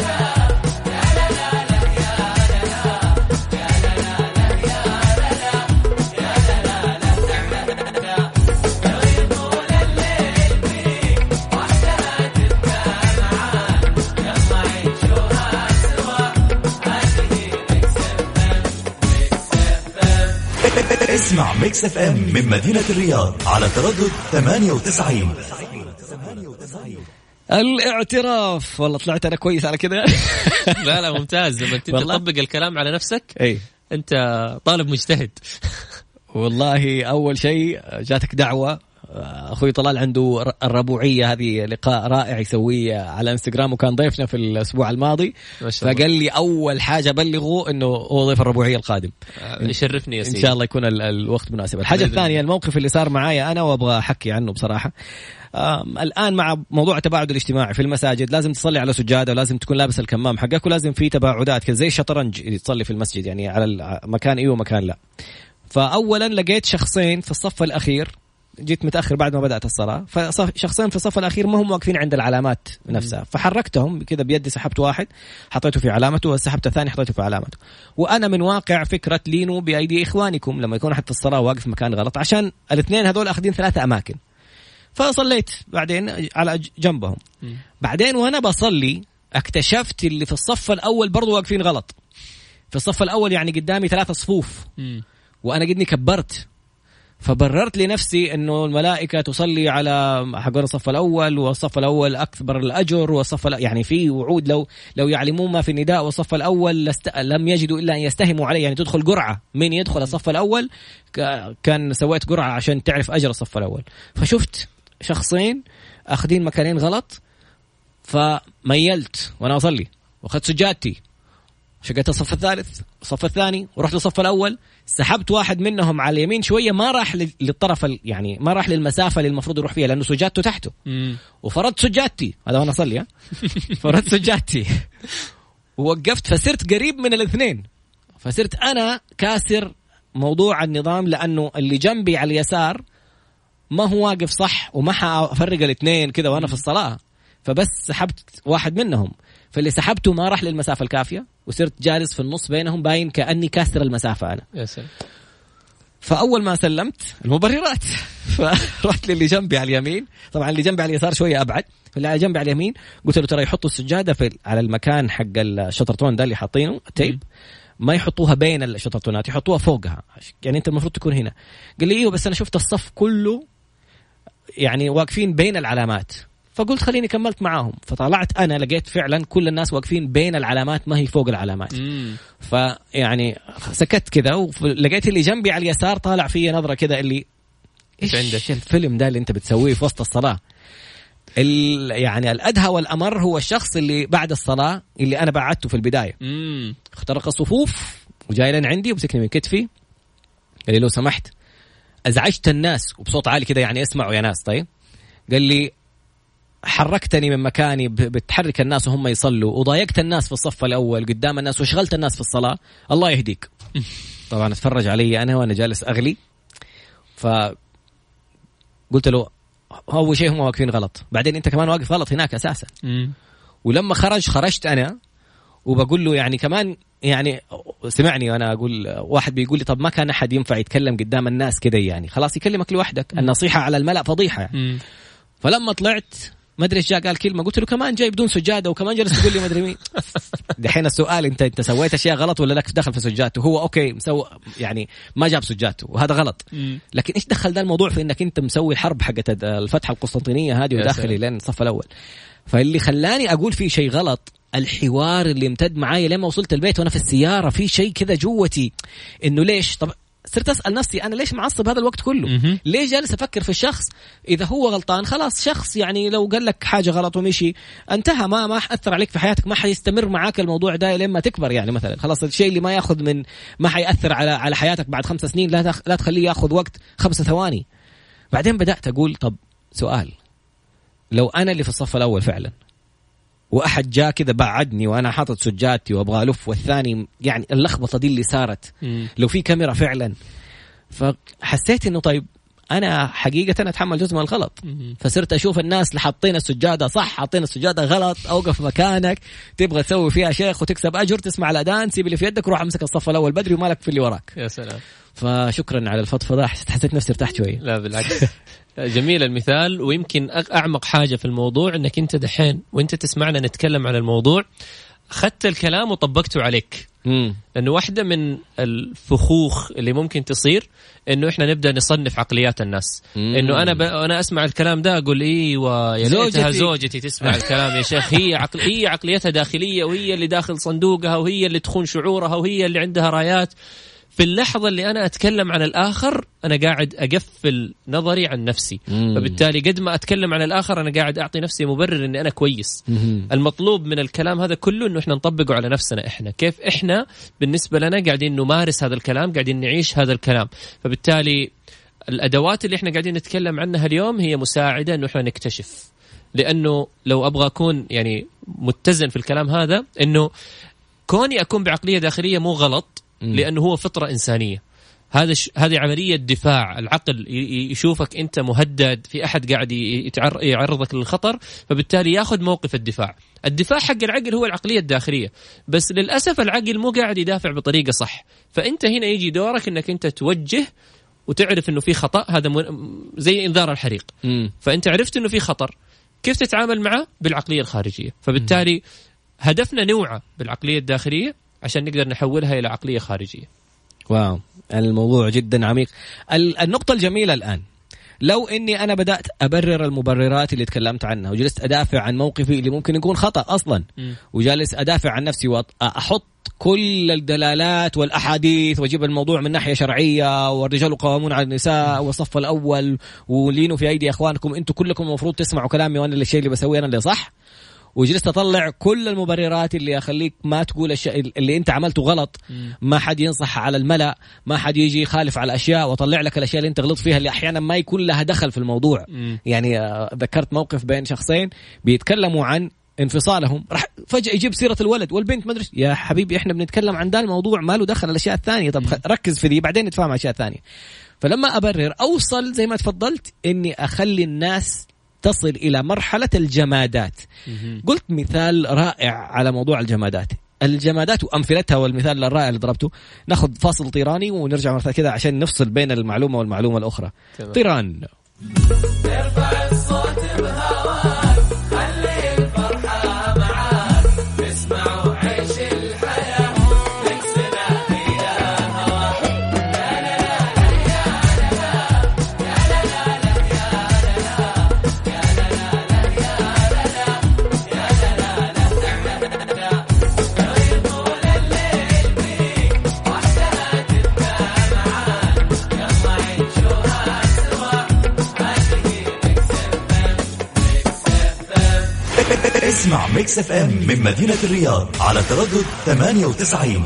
اسمع ميكس اف ام من مدينة الرياض على تردد 98. الاعتراف. والله طلعت أنا كويس على كده. لا ممتاز. لما تطبق الكلام على نفسك أنت طالب مجتهد. والله أول شيء جاتك دعوة، أخوي طلال عنده الربوعية، هذه لقاء رائع يسويه على انستغرام، وكان ضيفنا في الأسبوع الماضي، فقال لي أول حاجة بلغوا إنه هو ضيف الربوعية القادم. يشرفني يا سيدي، إن شاء الله يكون الوقت مناسب. الحاجة الثانية، الموقف اللي صار معايا أنا وأبغى أحكي عنه بصراحة. الآن مع موضوع التباعد الاجتماعي في المساجد، لازم تصلي على سجادة، ولازم تكون لابس الكمام حقك، ولازم في تباعدات كذا زي الشطرنج تصلي في المسجد، يعني على مكان إيه ومكان لا. فأولا لقيت شخصين في الصف الأخير، جيت متأخر بعد ما بدأت الصلاة، فشخصين في الصف الأخير ما هم واقفين عند العلامات نفسها، فحركتهم كذا بيدي، سحبت واحد حطيته في علامته، وسحبت الثاني حطيته في علامته. وأنا من واقع فكرة لينوا بأيدي إخوانكم لما يكون أحد في الصلاة واقف في مكان غلط، عشان الاثنين هذول أخذين 3 أماكن. فصليت بعدين على جنبهم. بعدين وأنا بصلي اكتشفت اللي في الصف الأول برضو واقفين غلط. في الصف الأول يعني قدامي 3 صفوف، وأنا قدني كبرت، فبررت لنفسي انه الملائكه تصلي على حقون الصف الاول، والصف الاول اكبر الاجر، والصف يعني في وعود لو يعلمون ما في النداء والصف الاول لم يجدوا الا ان يستهموا عليه، يعني تدخل قرعه من يدخل الصف الاول، كان سويت قرعه عشان تعرف اجر الصف الاول. فشفت شخصين اخذين مكانين غلط، فميلت وانا اصلي واخذت سجادتي، شقيت الصف الثالث الصف الثاني ورحت للصف الاول، سحبت واحد منهم على اليمين شويه، ما راح للطرف يعني ما راح للمسافه اللي المفروض يروح فيها لانه سجادته تحته، وفرضت سجادتي هذا وانا اصلي فرضت سجادتي ووقفت، فصرت قريب من الاثنين، فصرت انا كاسر موضوع النظام، لانه اللي جنبي على اليسار ما هو واقف صح وما حافرق الاثنين كذا وانا في الصلاه، فبس سحبت واحد منهم، فاللي سحبته ما راح للمسافة الكافية وصرت جالس في النص بينهم، باين كأني كاسر المسافة أنا. يا سلام. فأول ما سلمت المبررات فرحت للي جنبي على اليمين، طبعا اللي جنبي على اليسار شوية أبعد، اللي على جنبي على اليمين قلت له ترى يحطوا السجادة على المكان حق الشطرتون ده اللي حاطينه التيب، ما يحطوها بين الشطرتونات، يحطوها فوقها، يعني أنت المفروض تكون هنا. قال لي إيوه بس أنا شفت الصف كله يعني واقفين بين العلامات، فقلت خليني كملت معاهم، فطلعت أنا لقيت فعلا كل الناس واقفين بين العلامات ما هي فوق العلامات. فيعني سكت كذا، ولقيت اللي جنبي على اليسار طالع فيه نظرة كذا اللي إيش الفيلم ده اللي أنت بتسويه في وسط الصلاة. يعني الأدهى والأمر هو الشخص اللي بعد الصلاة اللي أنا بعدته في البداية، اخترق الصفوف وجاي لين عندي ومسكني من كتفي، قال لي لو سمحت أزعجت الناس، وبصوت عالي كذا يعني اسمعوا يا ناس. طيب قال لي حركتني من مكاني بتحرك الناس وهم يصلوا، وضايقت الناس في الصف الأول قدام الناس، وشغلت الناس في الصلاة، الله يهديك. طبعا اتفرج علي أنا وأنا جالس أغلي، فقلت له أول شيء هم واقفين غلط، بعدين أنت كمان واقف غلط هناك أساسا. ولما خرجت أنا وبقول له يعني كمان يعني سمعني وأنا أقول، واحد بيقول لي طب ما كان أحد ينفع يتكلم قدام الناس كده، يعني خلاص يكلمك لوحدك، النصيحة على الملأ فضيحة. فلما طلعت ما ادري ايش جاء قال كلمه، قلت له كمان جاي بدون سجاده، وكمان جلس يقول لي ما ادري مين. دحين السؤال انت سويت اشياء غلط ولا لك دخل في سجادته؟ هو اوكي مسوي يعني ما جاب سجادته وهذا غلط، لكن ايش دخل ده الموضوع في انك انت مسوي الحرب حقت الفتحه القسطنطينيه هذه وداخلي لين الصف الاول؟ فاللي خلاني اقول فيه شيء غلط الحوار اللي امتد معايا لما وصلت البيت وانا في السياره، في شيء كذا جوتي انه ليش. طب صرت أسأل نفسي أنا ليش معصب هذا الوقت كله؟ ليش جالس أفكر في الشخص؟ إذا هو غلطان خلاص، شخص يعني لو قال لك حاجة غلط ومشي انتهى، ما أثر عليك في حياتك، ما حيستمر معاك الموضوع ده لما تكبر. يعني مثلا خلاص الشيء اللي ما يأخذ من ما حيأثر على حياتك بعد 5 سنين، لا تخليه يأخذ وقت 5 ثواني. بعدين بدأت أقول طب سؤال، لو أنا اللي في الصف الأول فعلا واحد جاء كذا بعدني وانا حاطط سجادتي وابغى الف، والثاني يعني اللخبطه دي اللي صارت لو في كاميرا فعلا، فحسيت انه طيب انا حقيقه اتحمل جزء من الغلط. فصرت اشوف الناس اللي حاطين السجاده صح، حاطين السجاده غلط، اوقف مكانك، تبغى تسوي فيها شيخ وتكسب اجر، تسمع الاذان، سيب اللي في يدك وروح امسك الصف الاول بدري ومالك في اللي وراك. يا سلام. فشكرا على الفضفضه، حسيت نفسي ارتحت شويه. لا بالعكس. جميل المثال، ويمكن أعمق حاجة في الموضوع أنك أنت دحين وأنت تسمعنا نتكلم عن الموضوع أخذت الكلام وطبقته عليك. لأنه واحدة من الفخوخ اللي ممكن تصير أنه إحنا نبدأ نصنف عقليات الناس. أنه أنا أسمع الكلام ده أقول إيوه يا ليتها زوجتي تسمع الكلام يا شيخ، هي عقليتها داخلية، وهي اللي داخل صندوقها، وهي اللي تخون شعورها، وهي اللي عندها رايات. في اللحظة اللي أنا أتكلم عن الآخر أنا قاعد أقفل نظري عن نفسي، فبالتالي قد ما أتكلم عن الآخر أنا قاعد أعطي نفسي مبرر أني أنا كويس. المطلوب من الكلام هذا كله أنه إحنا نطبقه على نفسنا، إحنا كيف إحنا بالنسبة لنا قاعدين نمارس هذا الكلام، قاعدين نعيش هذا الكلام. فبالتالي الأدوات اللي إحنا قاعدين نتكلم عنها اليوم هي مساعدة أنه إحنا نكتشف. لأنه لو أبغى أكون يعني متزن في الكلام هذا، أنه كوني أكون بعقلية داخلية مو غلط، لأنه هو فطرة إنسانية. هذه عملية دفاع. العقل يشوفك أنت مهدد، في أحد قاعد يعرضك للخطر، فبالتالي يأخذ موقف الدفاع. الدفاع حق العقل هو العقلية الداخلية، بس للأسف العقل مو قاعد يدافع بطريقة صح. فأنت هنا يجي دورك أنك أنت توجه وتعرف أنه في خطأ، هذا زي إنذار الحريق. فأنت عرفت أنه في خطر، كيف تتعامل معه؟ بالعقلية الخارجية. فبالتالي هدفنا نوعى بالعقلية الداخلية عشان نقدر نحولها إلى عقلية خارجية. واو، الموضوع جدا عميق. النقطة الجميلة الآن، لو إني أنا بدأت أبرر المبررات اللي تكلمت عنها وجلست أدافع عن موقفي اللي ممكن يكون خطأ أصلا، وجالس أدافع عن نفسي وأحط كل الدلالات والأحاديث وأجيب الموضوع من ناحية شرعية، والرجال قوامون على النساء والصف الأول ولينوا في أيدي أخوانكم، أنتم كلكم المفروض تسمعوا كلامي وأنا الشيء اللي بسويه أنا اللي صح، وجلست أطلع كل المبررات اللي أخليك ما تقول الشيء اللي أنت عملته غلط، ما حد ينصح على الملأ، ما حد يجي يخالف على الأشياء، وأطلع لك الأشياء اللي أنت غلط فيها اللي أحيانا ما يكون لها دخل في الموضوع. يعني ذكرت موقف بين شخصين بيتكلموا عن انفصالهم، راح فجأة يجيب سيرة الولد والبنت، ما أدري يا حبيبي إحنا بنتكلم عن ده الموضوع ما له دخل الأشياء الثانية، طب ركز في ذي بعدين نتفاهم على الأشياء الثانية. فلما أبرر أوصل زي ما تفضلت إني أخلي الناس تصل إلى مرحلة الجمادات. قلت مثال رائع على موضوع الجمادات وأمثلتها، والمثال الرائع اللي ضربته. ناخذ فاصل طيراني ونرجع مرة كده عشان نفصل بين المعلومة والمعلومة الأخرى. طيران. ارفع الصوت بهواك، خلي الفرحة معاك، اسمع وعيش الحياة، نكسنا فيها هواك. لا لا لا يا لا يا لا لا يا لا يا لا يا لا يطول الليل بيك وحدها تبقى معاك، يلا عيشوها سوا. اسمع ميكس اف ام من مدينة الرياض على تردد 98.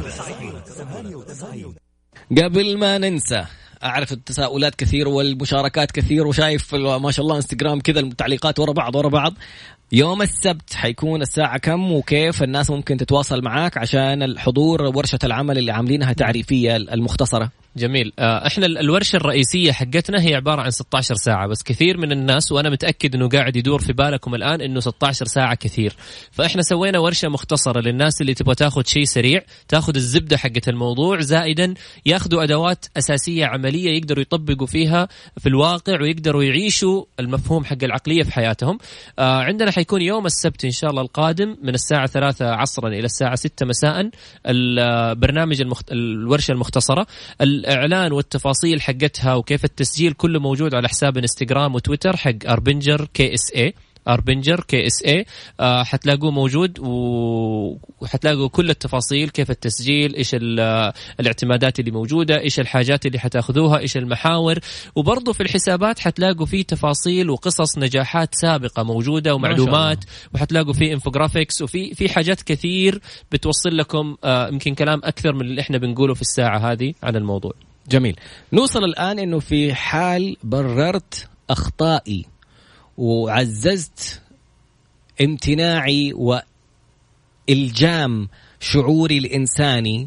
قبل ما ننسى، أعرف التساؤلات كثير والمشاركات كثير، وشايف ما شاء الله انستغرام كذا التعليقات ورا بعض. يوم السبت حيكون الساعة كم وكيف الناس ممكن تتواصل معاك عشان الحضور ورشة العمل اللي عاملينها تعريفية المختصرة؟ جميل. احنا الورشة الرئيسية حقتنا هي عبارة عن 16 ساعة، بس كثير من الناس وأنا متأكد أنه قاعد يدور في بالكم الآن أنه 16 ساعة كثير، فإحنا سوينا ورشة مختصرة للناس اللي تبغى تاخد شيء سريع، تاخد الزبدة حقت الموضوع، زائدا ياخدوا أدوات أساسية عملية يقدروا يطبقوا فيها في الواقع ويقدروا يعيشوا المفهوم حق العقلية في حياتهم. عندنا حيكون يوم السبت إن شاء الله القادم من الساعة 3 عصرا إلى الساعة 6 مساء البرنامج الورشة المختصرة. الإعلان والتفاصيل حقتها وكيف التسجيل كله موجود على حساب انستغرام وتويتر حق أربنجر KSA. حتلاقوه موجود وحتلاقوا كل التفاصيل، كيف التسجيل، إيش الاعتمادات اللي موجودة، إيش الحاجات اللي حتاخذوها، إيش المحاور، وبرضو في الحسابات حتلاقوا فيه تفاصيل وقصص نجاحات سابقة موجودة ومعلومات، وحتلاقوا فيه انفوغرافيكس وفي حاجات كثير بتوصل لكم يمكن كلام أكثر من اللي إحنا بنقوله في الساعة هذه عن الموضوع. جميل. نوصل الآن إنه في حال بررت أخطائي وعززت امتناعي وإلجام شعوري الإنساني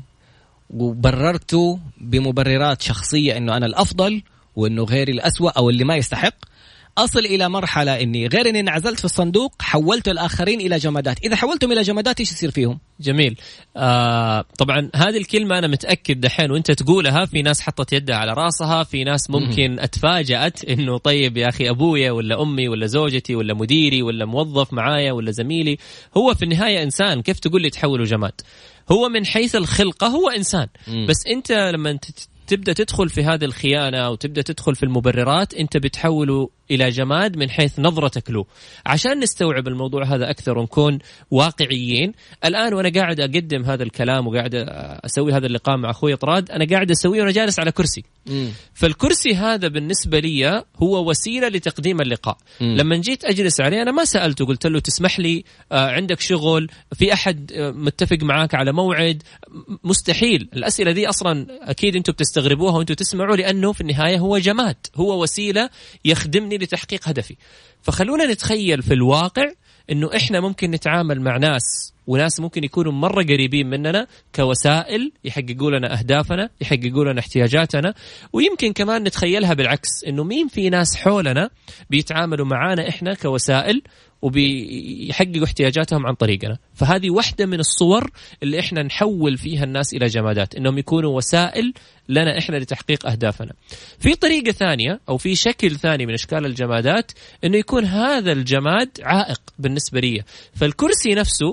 وبررته بمبررات شخصية إنه أنا الأفضل وإنه غيري الأسوأ أو اللي ما يستحق، أصل إلى مرحلة إني غير إني انعزلت في الصندوق حولت الآخرين إلى جمادات. إذا حولتهم إلى جمادات إيش يصير فيهم؟ جميل. طبعا هذه الكلمة أنا متأكد دحين وأنت تقولها في ناس حطت يدها على راسها، في ناس ممكن اتفاجأت إنه طيب يا أخي أبويا ولا أمي ولا زوجتي ولا مديري ولا موظف معايا ولا زميلي هو في النهاية إنسان، كيف تقول لي تحوله جماد؟ هو من حيث الخلقة هو إنسان، بس أنت لما تبدأ تدخل في هذه الخيانة وتبدأ تدخل في المبررات أنت بتحوله إلى جماد من حيث نظرتك له. عشان نستوعب الموضوع هذا أكثر ونكون واقعيين، الآن وأنا قاعد أقدم هذا الكلام وقاعد أسوي هذا اللقاء مع أخوي طراد، أنا قاعد أسويه وأنا جالس على كرسي. فالكرسي هذا بالنسبة لي هو وسيلة لتقديم اللقاء. لما جيت أجلس عليه أنا ما سألته قلت له تسمح لي، عندك شغل، في أحد متفق معاك على موعد؟ مستحيل. الأسئلة دي أصلا أكيد أنتم بتستغربوها وأنتم تسمعوا، لأنه في النهاية هو جماد، هو وسيلة يخدمني لتحقيق هدفي. فخلونا نتخيل في الواقع إنه إحنا ممكن نتعامل مع ناس، وناس ممكن يكونوا مرة قريبين مننا كوسائل يحققوا لنا أهدافنا، يحققوا لنا احتياجاتنا، ويمكن كمان نتخيلها بالعكس، إنه مين في ناس حولنا بيتعاملوا معانا إحنا كوسائل وبيحققوا احتياجاتهم عن طريقنا. فهذه واحدة من الصور اللي إحنا نحول فيها الناس إلى جمادات، إنهم يكونوا وسائل لنا إحنا لتحقيق أهدافنا. في طريقة ثانية أو في شكل ثاني من أشكال الجمادات، إنه يكون هذا الجماد عائق بالنسبة لي. فالكرسي نفسه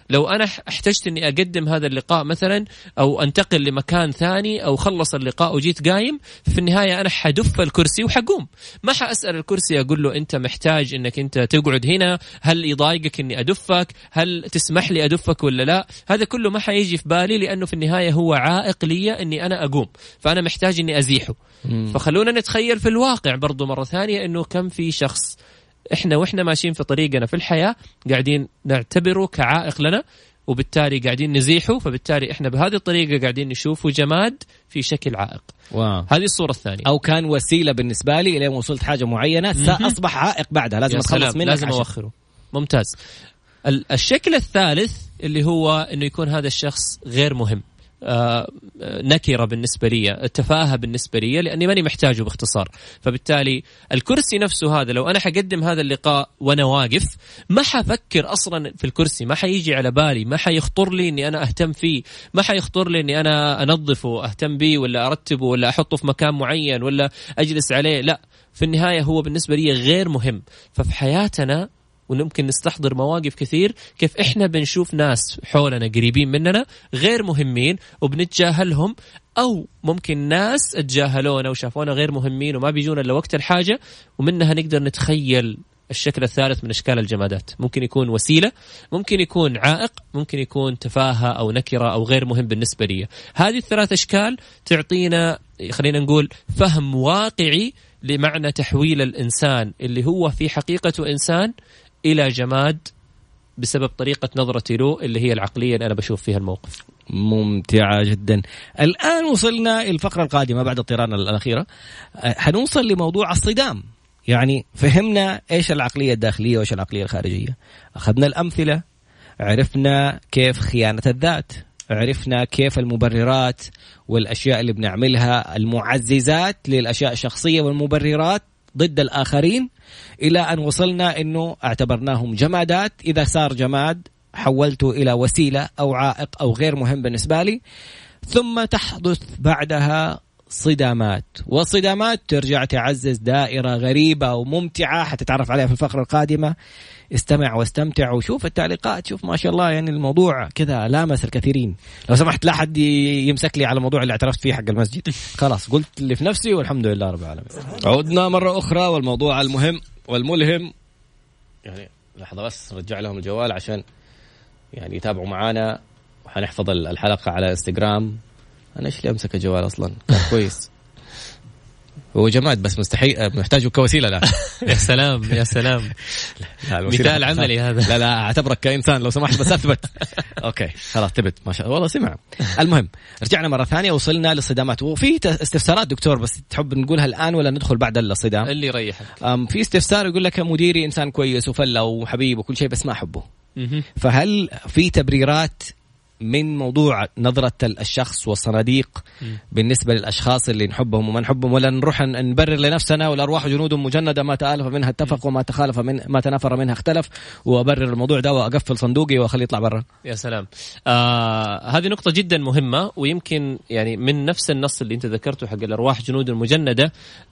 لو أنا احتجت أني أقدم هذا اللقاء مثلا أو أنتقل لمكان ثاني أو خلص اللقاء وجيت قايم، في النهاية أنا حدف الكرسي وحقوم، ما حأسأل الكرسي أقول له أنت محتاج أنك أنت تقعد هنا، هل يضايقك أني أدفك، هل تسمح لي أدفك ولا لا. هذا كله ما حيجي في بالي، لأنه في النهاية هو عائق لي أني أنا أقوم، فأنا محتاج أني أزيحه. فخلونا نتخيل في الواقع برضو مرة ثانية أنه كم في شخص وإحنا ماشيين في طريقنا في الحياة قاعدين نعتبره كعائق لنا، وبالتالي قاعدين نزيحه، فبالتالي إحنا بهذه الطريقة قاعدين نشوفه جماد في شكل عائق. هذه الصورة الثانية. أو كان وسيلة بالنسبة لي إلى وصلت حاجة معينة سأصبح عائق بعدها، لازم أتخلص منه، لازم أوخره. ممتاز. الشكل الثالث اللي هو إنه يكون هذا الشخص غير مهم، نكرة بالنسبة لي، التفاهة بالنسبة لي، لأني ماني محتاجه باختصار. فبالتالي الكرسي نفسه هذا، لو أنا حقدم هذا اللقاء وأنا واقف ما حفكر أصلا في الكرسي، ما حيجي على بالي، ما حيخطر لي أني أنا أهتم فيه، ما حيخطر لي أني أنا أنظفه أهتم به ولا أرتبه ولا أحطه في مكان معين ولا أجلس عليه. لا، في النهاية هو بالنسبة لي غير مهم. ففي حياتنا وممكن نستحضر مواقف كثير كيف إحنا بنشوف ناس حولنا قريبين مننا غير مهمين وبنتجاهلهم، أو ممكن ناس اتجاهلونا وشافونا غير مهمين وما بيجونا إلا وقت الحاجة، ومنها نقدر نتخيل الشكل الثالث من أشكال الجمادات. ممكن يكون وسيلة، ممكن يكون عائق، ممكن يكون تفاهة أو نكرة أو غير مهم بالنسبة لي. هذه الثلاث أشكال تعطينا، خلينا نقول، فهم واقعي لمعنى تحويل الإنسان اللي هو في حقيقته إنسان إلى جماد بسبب طريقة نظرتي له اللي هي العقلية اللي أنا بشوف فيها الموقف. ممتعة جدا. الآن وصلنا الفقرة القادمة بعد الطيران الأخيرة، هنوصل لموضوع الصدام. يعني فهمنا إيش العقلية الداخلية وإيش العقلية الخارجية، أخذنا الأمثلة، عرفنا كيف خيانة الذات، عرفنا كيف المبررات والأشياء اللي بنعملها المعززات للأشياء الشخصية والمبررات ضد الآخرين، إلى أن وصلنا أنه اعتبرناهم جمادات. إذا صار جماد حولته إلى وسيلة أو عائق أو غير مهم بالنسبة لي. ثم تحدث بعدها صدامات، والصدامات ترجع تعزز دائرة غريبة وممتعة حتتعرف عليها في الفقرة القادمة. استمع واستمتع وشوف التعليقات، شوف ما شاء الله، يعني الموضوع كذا لامس الكثيرين. لو سمحت لا حد يمسك لي على الموضوع اللي اعترفت فيه حق المسجد، خلاص قلت اللي في نفسي والحمد لله رب العالمين. عودنا مرة أخرى والموضوع المهم والملهم. يعني لحظة بس رجع لهم الجوال عشان يعني يتابعوا معانا، وحنحفظ الحلقة على انستغرام. أنا إيش اللي أمسك الجوال أصلاً؟ كويس، هو جماد بس مستحيل محتاجه كوسيلة. لا يا سلام يا سلام، مثال عملي هذا. لا أعتبرك كإنسان لو سمحت، بس أثبت. أوكي خلاص ثبت، ما شاء الله والله سمع. المهم رجعنا مرة ثانية، وصلنا للصدامات. وفي استفسارات دكتور، بس تحب نقولها الآن ولا ندخل بعد الصدام؟ اللي يريحك. في استفسار يقول لك مديري إنسان كويس وفلة وحبيب وكل شيء بس ما أحبه. فهل في تبريرات من موضوع نظرة الشخص والصناديق بالنسبة للأشخاص اللي نحبهم وما نحبهم، ولا نروح نبرر لنفسنا والأرواح جنود مجندة ما تآلف منها اتفق وما تخالف ما تنافر منها اختلف، وأبرر الموضوع ده وأقفل صندوقي وأخليه يطلع برا؟ يا سلام. هذه نقطة جدا مهمة، ويمكن يعني من نفس النص اللي انت ذكرته حق الأرواح جنود المجندة،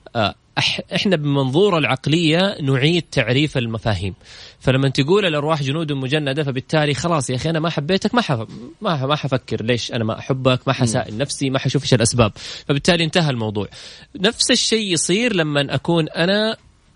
احنا بمنظور العقلية نعيد تعريف المفاهيم. فلما تقول الأرواح جنود مجندة، فبالتالي خلاص يا أخي أنا ما حبيتك، ما حفكر ليش أنا ما أحبك، ما حسائل نفسي، ما حشوف إيش الأسباب، فبالتالي انتهى الموضوع. نفس الشيء يصير لما أكون أنا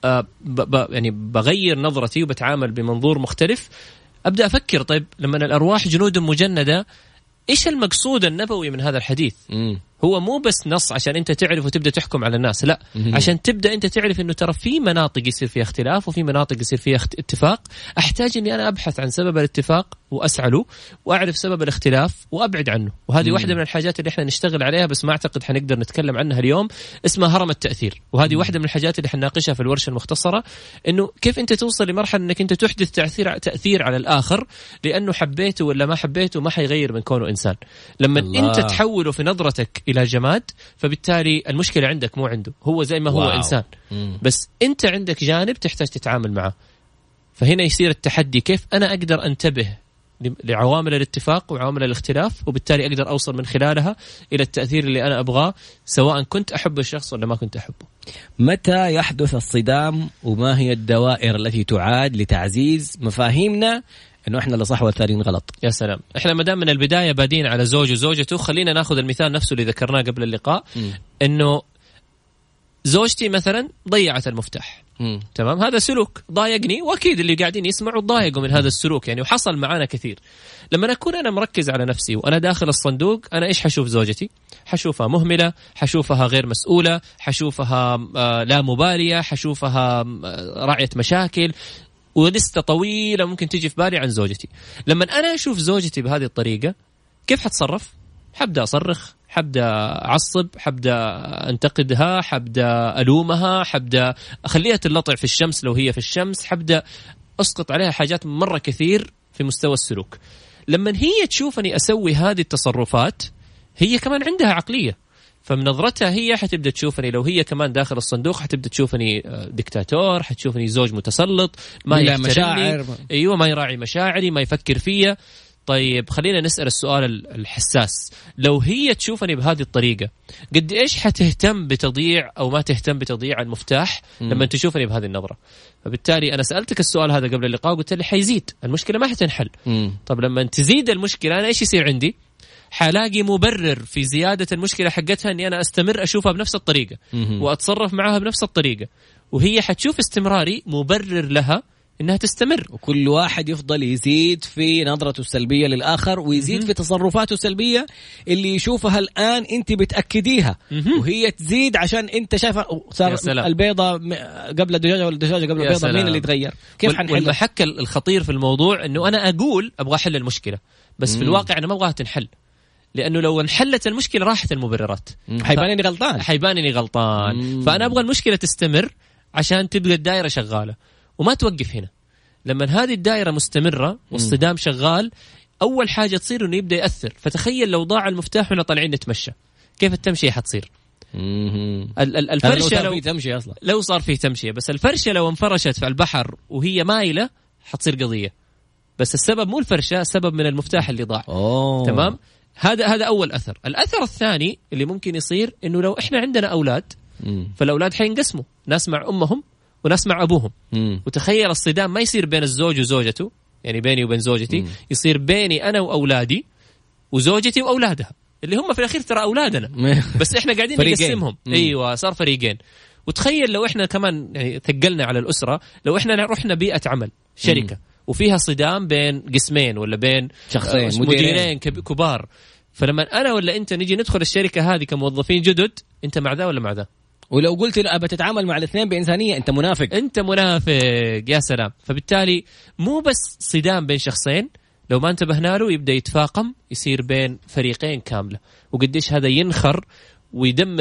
يعني بغير نظرتي وبتعامل بمنظور مختلف. أبدأ أفكر، طيب لما الأرواح جنود مجندة إيش المقصود النبوي من هذا الحديث؟ هو مو بس نص عشان أنت تعرف وتبدأ تحكم على الناس، لا، عشان تبدأ أنت تعرف إنه ترى في مناطق يصير فيها اختلاف وفي مناطق يصير فيها اتفاق. أحتاج إني أنا أبحث عن سبب الاتفاق وأسعى له، وأعرف سبب الاختلاف وأبعد عنه. وهذه واحدة من الحاجات اللي إحنا نشتغل عليها، بس ما أعتقد حنقدر نتكلم عنها اليوم، اسمها هرم التأثير. وهذه واحدة من الحاجات اللي حنناقشها في الورشة المختصرة، إنه كيف أنت توصل لمرحلة إنك أنت تحدث تأثير على الآخر، لأنه حبيته ولا ما حبيته ما حيغير من كونه إنسان. لما أنت تحوله في نظرتك إلى جماد، فبالتالي المشكلة عندك مو عنده، هو زي ما هو إنسان، بس أنت عندك جانب تحتاج تتعامل معه. فهنا يصير التحدي، كيف أنا أقدر أنتبه لعوامل الاتفاق وعوامل الاختلاف، وبالتالي أقدر أوصل من خلالها إلى التأثير اللي أنا أبغاه، سواء كنت أحب الشخص ولا ما كنت أحبه. متى يحدث الصدام، وما هي الدوائر التي تعاد لتعزيز مفاهيمنا انه احنا اللي صح والثانيين غلط. يا سلام. احنا ما دام من البدايه بادين على زوج وزوجته، خلينا ناخذ المثال نفسه اللي ذكرناه قبل اللقاء، انه زوجتي مثلا ضيعت المفتاح. تمام، هذا سلوك ضايقني، واكيد اللي قاعدين يسمعوا ضايقوا من هذا السلوك يعني، وحصل معنا كثير. لما اكون انا مركز على نفسي وانا داخل الصندوق، انا ايش حشوف زوجتي؟ حشوفها مهمله، حشوفها غير مسؤوله، حشوفها لا مباليه، حشوفها راعيه مشاكل، ولسته طويله ممكن تيجي في بالي عن زوجتي. لما انا اشوف زوجتي بهذه الطريقه، كيف حتصرف؟ حبدا اصرخ، حبدا اعصب، حبدا انتقدها، حبدا الومها، حبدا اخليها تلطع في الشمس لو هي في الشمس، حبدا اسقط عليها حاجات مره كثير في مستوى السلوك. لما هي تشوفني اسوي هذه التصرفات، هي كمان عندها عقليه، فمن نظرتها هي حتبدا تشوفني، لو هي كمان داخل الصندوق حتبدا تشوفني دكتاتور، حتشوفني زوج متسلط ما يحترمني، ايوه ما يراعي مشاعري، ما يفكر فيا. طيب خلينا نسأل السؤال الحساس، لو هي تشوفني بهذه الطريقة، قد إيش حتهتم بتضييع أو ما تهتم بتضييع المفتاح لما تشوفني بهذه النظرة؟ فبالتالي أنا سألتك السؤال هذا قبل اللقاء وقلت لي حيزيد المشكلة، ما حتنحل. طب لما تزيد المشكلة أنا إيش يصير عندي؟ حلاقي مبرر في زيادة المشكلة حقتها أني أنا أستمر أشوفها بنفس الطريقة وأتصرف معها بنفس الطريقة، وهي حتشوف استمراري مبرر لها إنها تستمر. وكل واحد يفضل يزيد في نظرته السلبية للآخر، ويزيد في تصرفاته السلبية اللي يشوفها الآن أنت بتأكديها، وهي تزيد عشان أنت شايفها. صار البيضة قبل الدجاجة والدجاجة قبل البيضة، مين اللي يتغير؟ كيف حنحل؟ والمحك الخطير في الموضوع إنه أنا أقول أبغى حل المشكلة، بس في الواقع أنا ما أبغاها تنحل، لأنه لو انحلت المشكلة راحت المبررات، حيبان إني غلطان. فأنا أبغى المشكلة تستمر عشان تبقى الدائرة شغالة وما توقف هنا. لما هذه الدائرة مستمرة والصدام شغال، أول حاجة تصير إنه يبدأ يأثر. فتخيل لو ضاع المفتاح وإحنا طالعين نتمشى، كيف التمشية حتصير؟ الفرشة لو صار فيه تمشية، بس الفرشة لو انفرشت في البحر وهي مايلة حتصير قضية. بس السبب مو الفرشة، السبب من المفتاح اللي ضاع. تمام؟ هذا أول أثر. الأثر الثاني اللي ممكن يصير إنه لو إحنا عندنا أولاد، فالأولاد حينقسموا، ناس مع أمهم وناس مع أبوهم. وتخيل الصدام ما يصير بين الزوج وزوجته، يعني بيني وبين زوجتي، يصير بيني أنا وأولادي وزوجتي وأولادها، اللي هم في الأخير ترى أولادنا بس إحنا قاعدين نقسمهم. أيوة، صار فريقين. وتخيل لو إحنا كمان يعني ثقلنا على الأسرة، لو إحنا رحنا بيئة عمل شركة وفيها صدام بين قسمين ولا بين شخصين مديرين كبار، فلما أنا ولا أنت نجي ندخل الشركة هذه كموظفين جدد، أنت مع ذا ولا مع ذا؟ ولو قلت له بتتعامل مع الاثنين بإنسانية، أنت منافق. يا سلام. فبالتالي مو بس صدام بين شخصين، لو ما انتبهنا له يبدأ يتفاقم، يصير بين فريقين كاملة. وقديش هذا ينخر ويدمر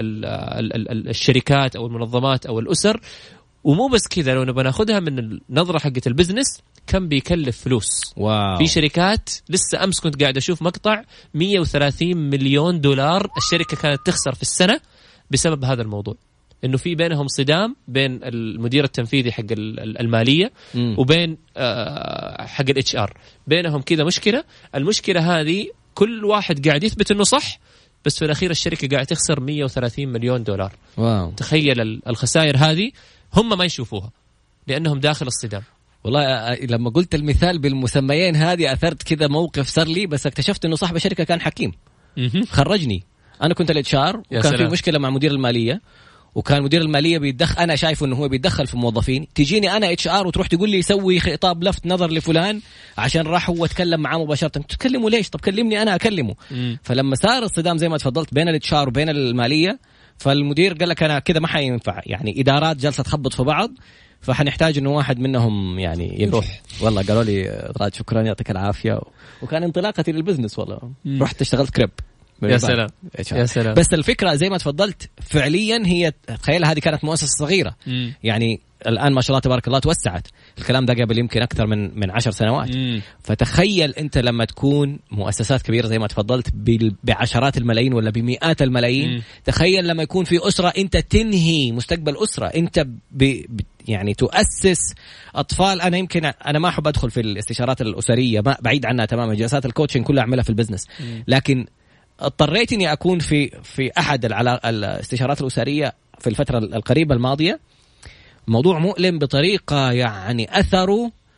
الشركات أو المنظمات أو الأسر. ومو بس كذا، لو نبغى ناخذها من النظرة حقة البزنس، كم بيكلف فلوس. في شركات لسه أمس كنت قاعد أشوف مقطع 130 مليون دولار الشركة كانت تخسر في السنة بسبب هذا الموضوع، إنه في بينهم صدام بين المدير التنفيذي حق المالية وبين حق الHR، بينهم كذا مشكلة. المشكلة هذه كل واحد قاعد يثبت إنه صح، بس في الأخير الشركة قاعد تخسر 130 مليون دولار. واو. تخيل الخسائر هذه هم ما يشوفوها لأنهم داخل الصدام. والله لما قلت المثال بالمسميين هذه أثرت كذا موقف صار لي، بس اكتشفت إنه صاحب الشركة كان حكيم خرجني. أنا كنت الHR وكان في مشكلة مع مدير المالية، وكان مدير المالية بيتدخل، أنا شايفه إنه هو بيتدخل في الموظفين. تجيني أنا HR وتروح تقول لي سوي خطاب لفت نظر لفلان عشان راح هو اتكلم معاه مباشرة. تكلموا ليش؟ طب كلمني أنا أكلمه. فلما صار الصدام زي ما تفضلت بين الHR وبين المالية، فالمدير قال لك أنا كده ما حينفع، يعني إدارات جالسة تخبط في بعض، فحنحتاج إنه واحد منهم يعني يروح. والله قالوا لي راد شكرا يعطيك العافية، وكان انطلاقتي للبزنس. والله رحت اشتغلت كريب. يا سلام. يا سلام. بس الفكرة زي ما تفضلت فعليا، هي تخيل هذه كانت مؤسسة صغيرة يعني الآن ما شاء الله تبارك الله توسعت. الكلام ده قبل يمكن أكثر من 10 سنوات. فتخيل أنت لما تكون مؤسسات كبيرة زي ما تفضلت بعشرات الملايين ولا بمئات الملايين. تخيل لما يكون في أسرة أنت تنهي مستقبل أسرة، أنت يعني تؤسس أطفال. أنا يمكن أنا ما أحب أدخل في الاستشارات الأسرية، ما بعيد عنها تماما، جلسات الكوتشنج كلها أعملها في البزنس، لكن اضطريت إني أكون في أحد الاستشارات الأسرية في الفترة القريبة الماضية. موضوع مؤلم بطريقة يعني أثره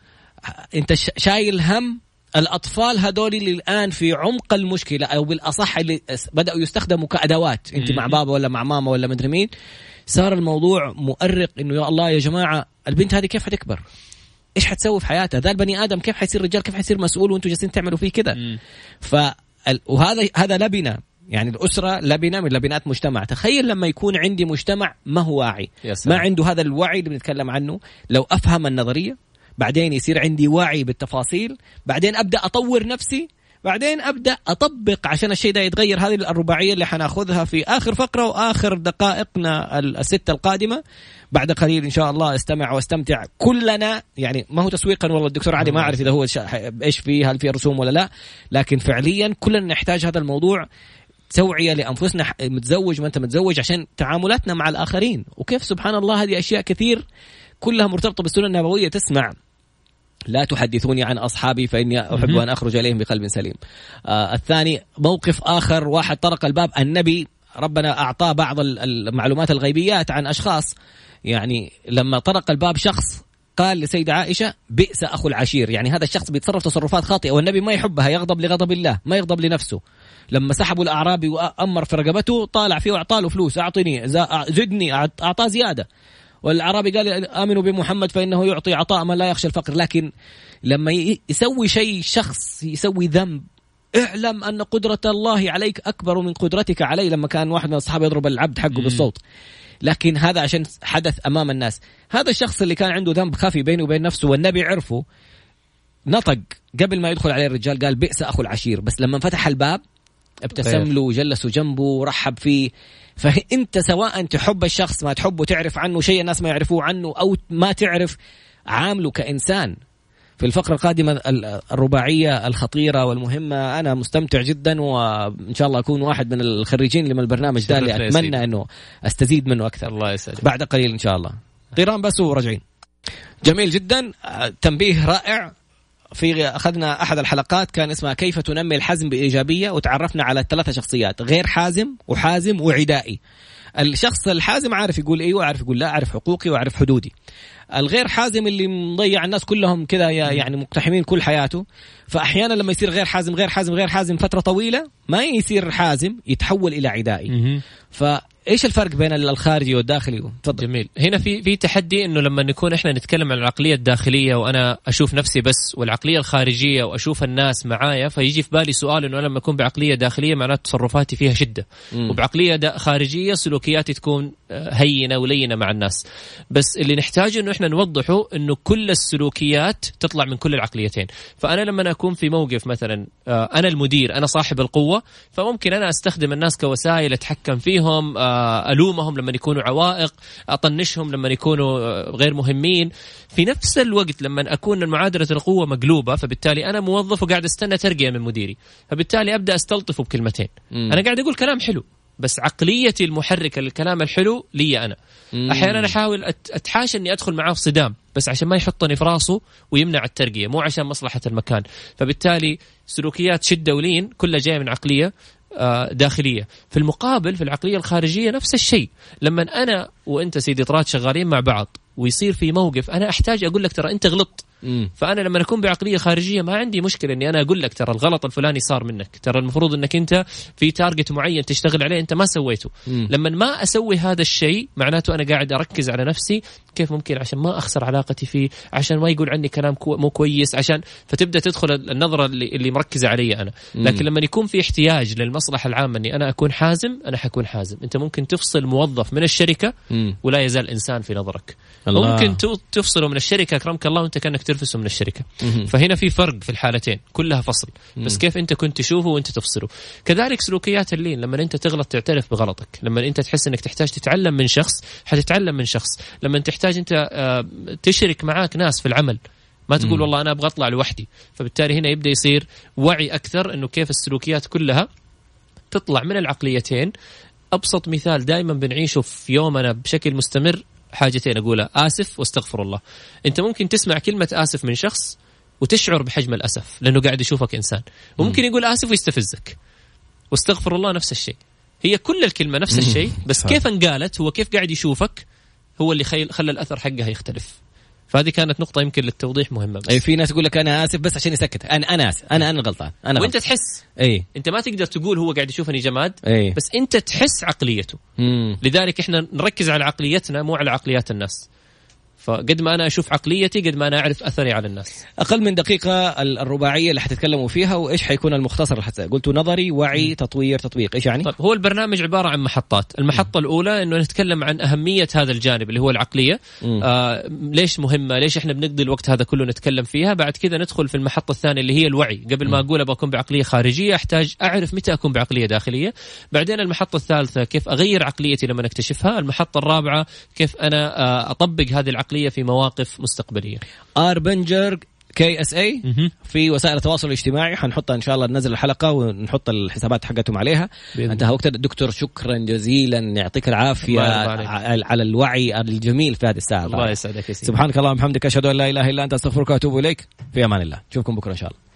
انت شايل هم الأطفال هذول اللي الآن في عمق المشكلة، أو بالأصح اللي بدأوا يستخدموا كأدوات، أنت مع بابا ولا مع ماما ولا مدري مين، صار الموضوع مؤرق إنه يا الله يا جماعة البنت هذه كيف حتكبر؟ إيش حتسوي في حياتها؟ ذا البني آدم كيف حيصير رجال؟ كيف حيصير مسؤول وأنتوا جالسين تعملوا فيه كده؟ وهذا لبنة، يعني الأسرة لبنة من لبنات مجتمع. تخيل لما يكون عندي مجتمع ما هو واعي، ما عنده هذا الوعي اللي بنتكلم عنه، لو أفهم النظرية بعدين يصير عندي وعي بالتفاصيل، بعدين أبدأ أطور نفسي، بعدين أبدأ أطبق عشان الشيء ده يتغير. هذه الرباعية اللي حناخذها في آخر فقرة وآخر دقائقنا الستة القادمة بعد قليل إن شاء الله. استمع واستمتع كلنا، يعني ما هو تسويقا والله الدكتور علي ما أعرف إذا هو إيش فيه، هل فيه رسوم ولا لا، لكن فعليا كلنا نحتاج هذا الموضوع، توعية لأنفسنا، متزوج ما أنت متزوج، عشان تعاملاتنا مع الآخرين. وكيف سبحان الله هذه أشياء كثير كلها مرتبطة بالسنة النبوية. تسمع لا تحدثوني عن أصحابي فإني أحب أن أخرج إليهم بقلب سليم. الثاني موقف آخر، واحد طرق الباب، النبي ربنا أعطاه بعض المعلومات الغيبيات عن أشخاص، يعني لما طرق الباب شخص قال لسيدة عائشة بئس أخو العشير، يعني هذا الشخص بيتصرف تصرفات خاطئة والنبي ما يحبها، يغضب لغضب الله ما يغضب لنفسه. لما سحبوا الأعرابي وأمر في رقبته طالع فيه وأعطاله فلوس، أعطني زدني، أعطاه زيادة، والعربي قال آمنوا بمحمد فإنه يعطي عطاء من لا يخشى الفقر. لكن لما يسوي شيء، شخص يسوي ذنب، اعلم أن قدرة الله عليك أكبر من قدرتك عليه. لما كان واحد من الصحابة يضرب العبد حقه بالصوت، لكن هذا عشان حدث أمام الناس. هذا الشخص اللي كان عنده ذنب خفي بينه وبين نفسه والنبي عرفه، نطق قبل ما يدخل عليه الرجال قال بئس أخو العشير، بس لما فتح الباب ابتسم له وجلسوا جنبه ورحب فيه. فأنت سواء تحب الشخص ما تحبه، تعرف عنه شيء الناس ما يعرفوه عنه، أو ما تعرف، عامله كإنسان. في الفقرة القادمة الرباعية الخطيرة والمهمة، أنا مستمتع جدا، وإن شاء الله أكون واحد من الخريجين لمن البرنامج ده اللي أتمنى أنه أستزيد منه أكثر. الله يسعدك. بعد قليل إن شاء الله. طيران بس ورجعين. جميل جدا، تنبيه رائع. أخذنا أحد الحلقات كان اسمها كيف تنمي الحزم بإيجابية، وتعرفنا على 3 شخصيات، غير حازم وحازم وعدائي. الشخص الحازم عارف يقول أيوة، عارف يقول لا، عارف حقوقي وعارف حدودي. الغير حازم اللي مضيع الناس كلهم كذا، يعني مقتحمين كل حياته. فأحيانا لما يصير غير حازم غير حازم غير حازم فترة طويلة، ما يصير حازم، يتحول إلى عدائي. فإيش الفرق بين الخارجي والداخلي؟ تفضل. جميل. هنا في تحدي إنه لما نكون إحنا نتكلم عن العقلية الداخلية وأنا أشوف نفسي بس، والعقلية الخارجية وأشوف الناس معايا، فيجي في بالي سؤال إنه أنا لما أكون بعقلية داخلية معناته تصرفاتي فيها شدة، وبعقلية خارجية سلوكياتي تكون هينة ولينة مع الناس. بس اللي نحتاجه إنه إحنا نوضحه إنه كل السلوكيات تطلع من كل العقليتين. فأنا لما أكون في موقف مثلا أنا المدير، أنا صاحب القوة، فممكن أنا أستخدم الناس كوسائل أتحكم فيهم، ألومهم لما يكونوا عوائق، أطنشهم لما يكونوا غير مهمين. في نفس الوقت لما أكون معادلة القوة مقلوبة، فبالتالي أنا موظف وقاعد استنى ترقية من مديري، فبالتالي أبدأ أستلطفه بكلمتين. أنا قاعد أقول كلام حلو، بس عقليتي المحركة للكلام الحلو لي أنا. أحيانا أحاول أتحاشى أني أدخل معاه في صدام، بس عشان ما يحطني في راسه ويمنع الترقية، مو عشان مصلحة المكان. فبالتالي سلوكيات شدة ولين كلها جاية من عقلية داخلية. في المقابل في العقلية الخارجية نفس الشيء. لما أنا وإنت سيدي طراد شغالين مع بعض ويصير في موقف أنا أحتاج أقول لك ترى أنت غلط، فأنا لما أكون بعقلية خارجية ما عندي مشكلة إني أنا أقول لك ترى الغلط الفلاني صار منك، ترى المفروض إنك أنت في تارجت معين تشتغل عليه أنت ما سويته. لما ما أسوي هذا الشيء معناته أنا قاعد أركز على نفسي، كيف ممكن عشان ما أخسر علاقتي فيه، عشان ما يقول عني كلام مو كويس، عشان فتبدأ تدخل النظرة اللي مركزة علي أنا. لكن لما يكون في احتياج للمصلحة العامة إني أنا أكون حازم، أنا حكون حازم. أنت ممكن تفصل موظف من الشركة ولا يزال إنسان في نظرك. ممكن تفصله من الشركة أكرمك الله وأنت كأنك ترفسه من الشركة. فهنا في فرق في الحالتين، كلها فصل، بس كيف أنت كنت تشوفه وأنت تفصله. كذلك سلوكيات اللين، لما أنت تغلط تعترف بغلطك، لما أنت تحس أنك تحتاج تتعلم من شخص حتتعلم من شخص، لما تحتاج أنت تشرك معاك ناس في العمل، ما تقول والله أنا أبغى أطلع لوحدي. فبالتالي هنا يبدأ يصير وعي أكثر أنه كيف السلوكيات كلها تطلع من العقليتين. أبسط مثال دائما بنعيشه في يومنا بشكل مستمر، حاجتين أقولها: آسف واستغفر الله. أنت ممكن تسمع كلمة آسف من شخص وتشعر بحجم الأسف لأنه قاعد يشوفك إنسان، وممكن يقول آسف ويستفزك، واستغفر الله نفس الشيء. هي كل الكلمة نفس الشيء، بس كيف انقالت، هو كيف قاعد يشوفك هو اللي خلى الأثر حقها يختلف. فهذه كانت نقطة يمكن للتوضيح مهمة. أي في ناس يقول لك أنا آسف بس عشان يسكت، أنا آسف، أنا غلطان، أنا وأنت غلطان. تحس أي أنت ما تقدر تقول هو قاعد يشوفني جماد، بس أنت تحس عقليته. لذلك إحنا نركز على عقليتنا مو على عقليات الناس. فقد ما أنا أشوف عقليتي قد ما أنا أعرف أثري على الناس. أقل من دقيقة الرباعية اللي حتتكلموا فيها، وإيش حيكون المختصر اللي قلتوا نظري وعي تطوير تطبيق، إيش يعني؟ طيب هو البرنامج عبارة عن محطات. المحطة الأولى إنه نتكلم عن أهمية هذا الجانب اللي هو العقلية، ليش مهمة، ليش إحنا بنقضي الوقت هذا كله نتكلم فيها. بعد كذا ندخل في المحطة الثانية اللي هي الوعي. قبل ما أقول أبغى أكون بعقلية خارجية أحتاج أعرف متى أكون بعقلية داخلية. بعدين المحطة الثالثة كيف أغير عقليتي لما أكتشفها. المحطة الرابعة كيف أنا أطبق هذه العقلية في مواقف مستقبلية. بنجر KSA في وسائل التواصل الاجتماعي، حنحطها إن شاء الله، ننزل الحلقة ونحط الحسابات حقتهم عليها. انتهى وقت. الدكتور شكرا جزيلا، يعطيك العافية على الوعي الجميل في هذه الساعة. الله يسعدك. سبحانك اللهم وبحمدك، أشهد أن لا إله إلا أنت، أستغفرك وأتوب إليك. في أمان الله، نشوفكم بكرة إن شاء الله.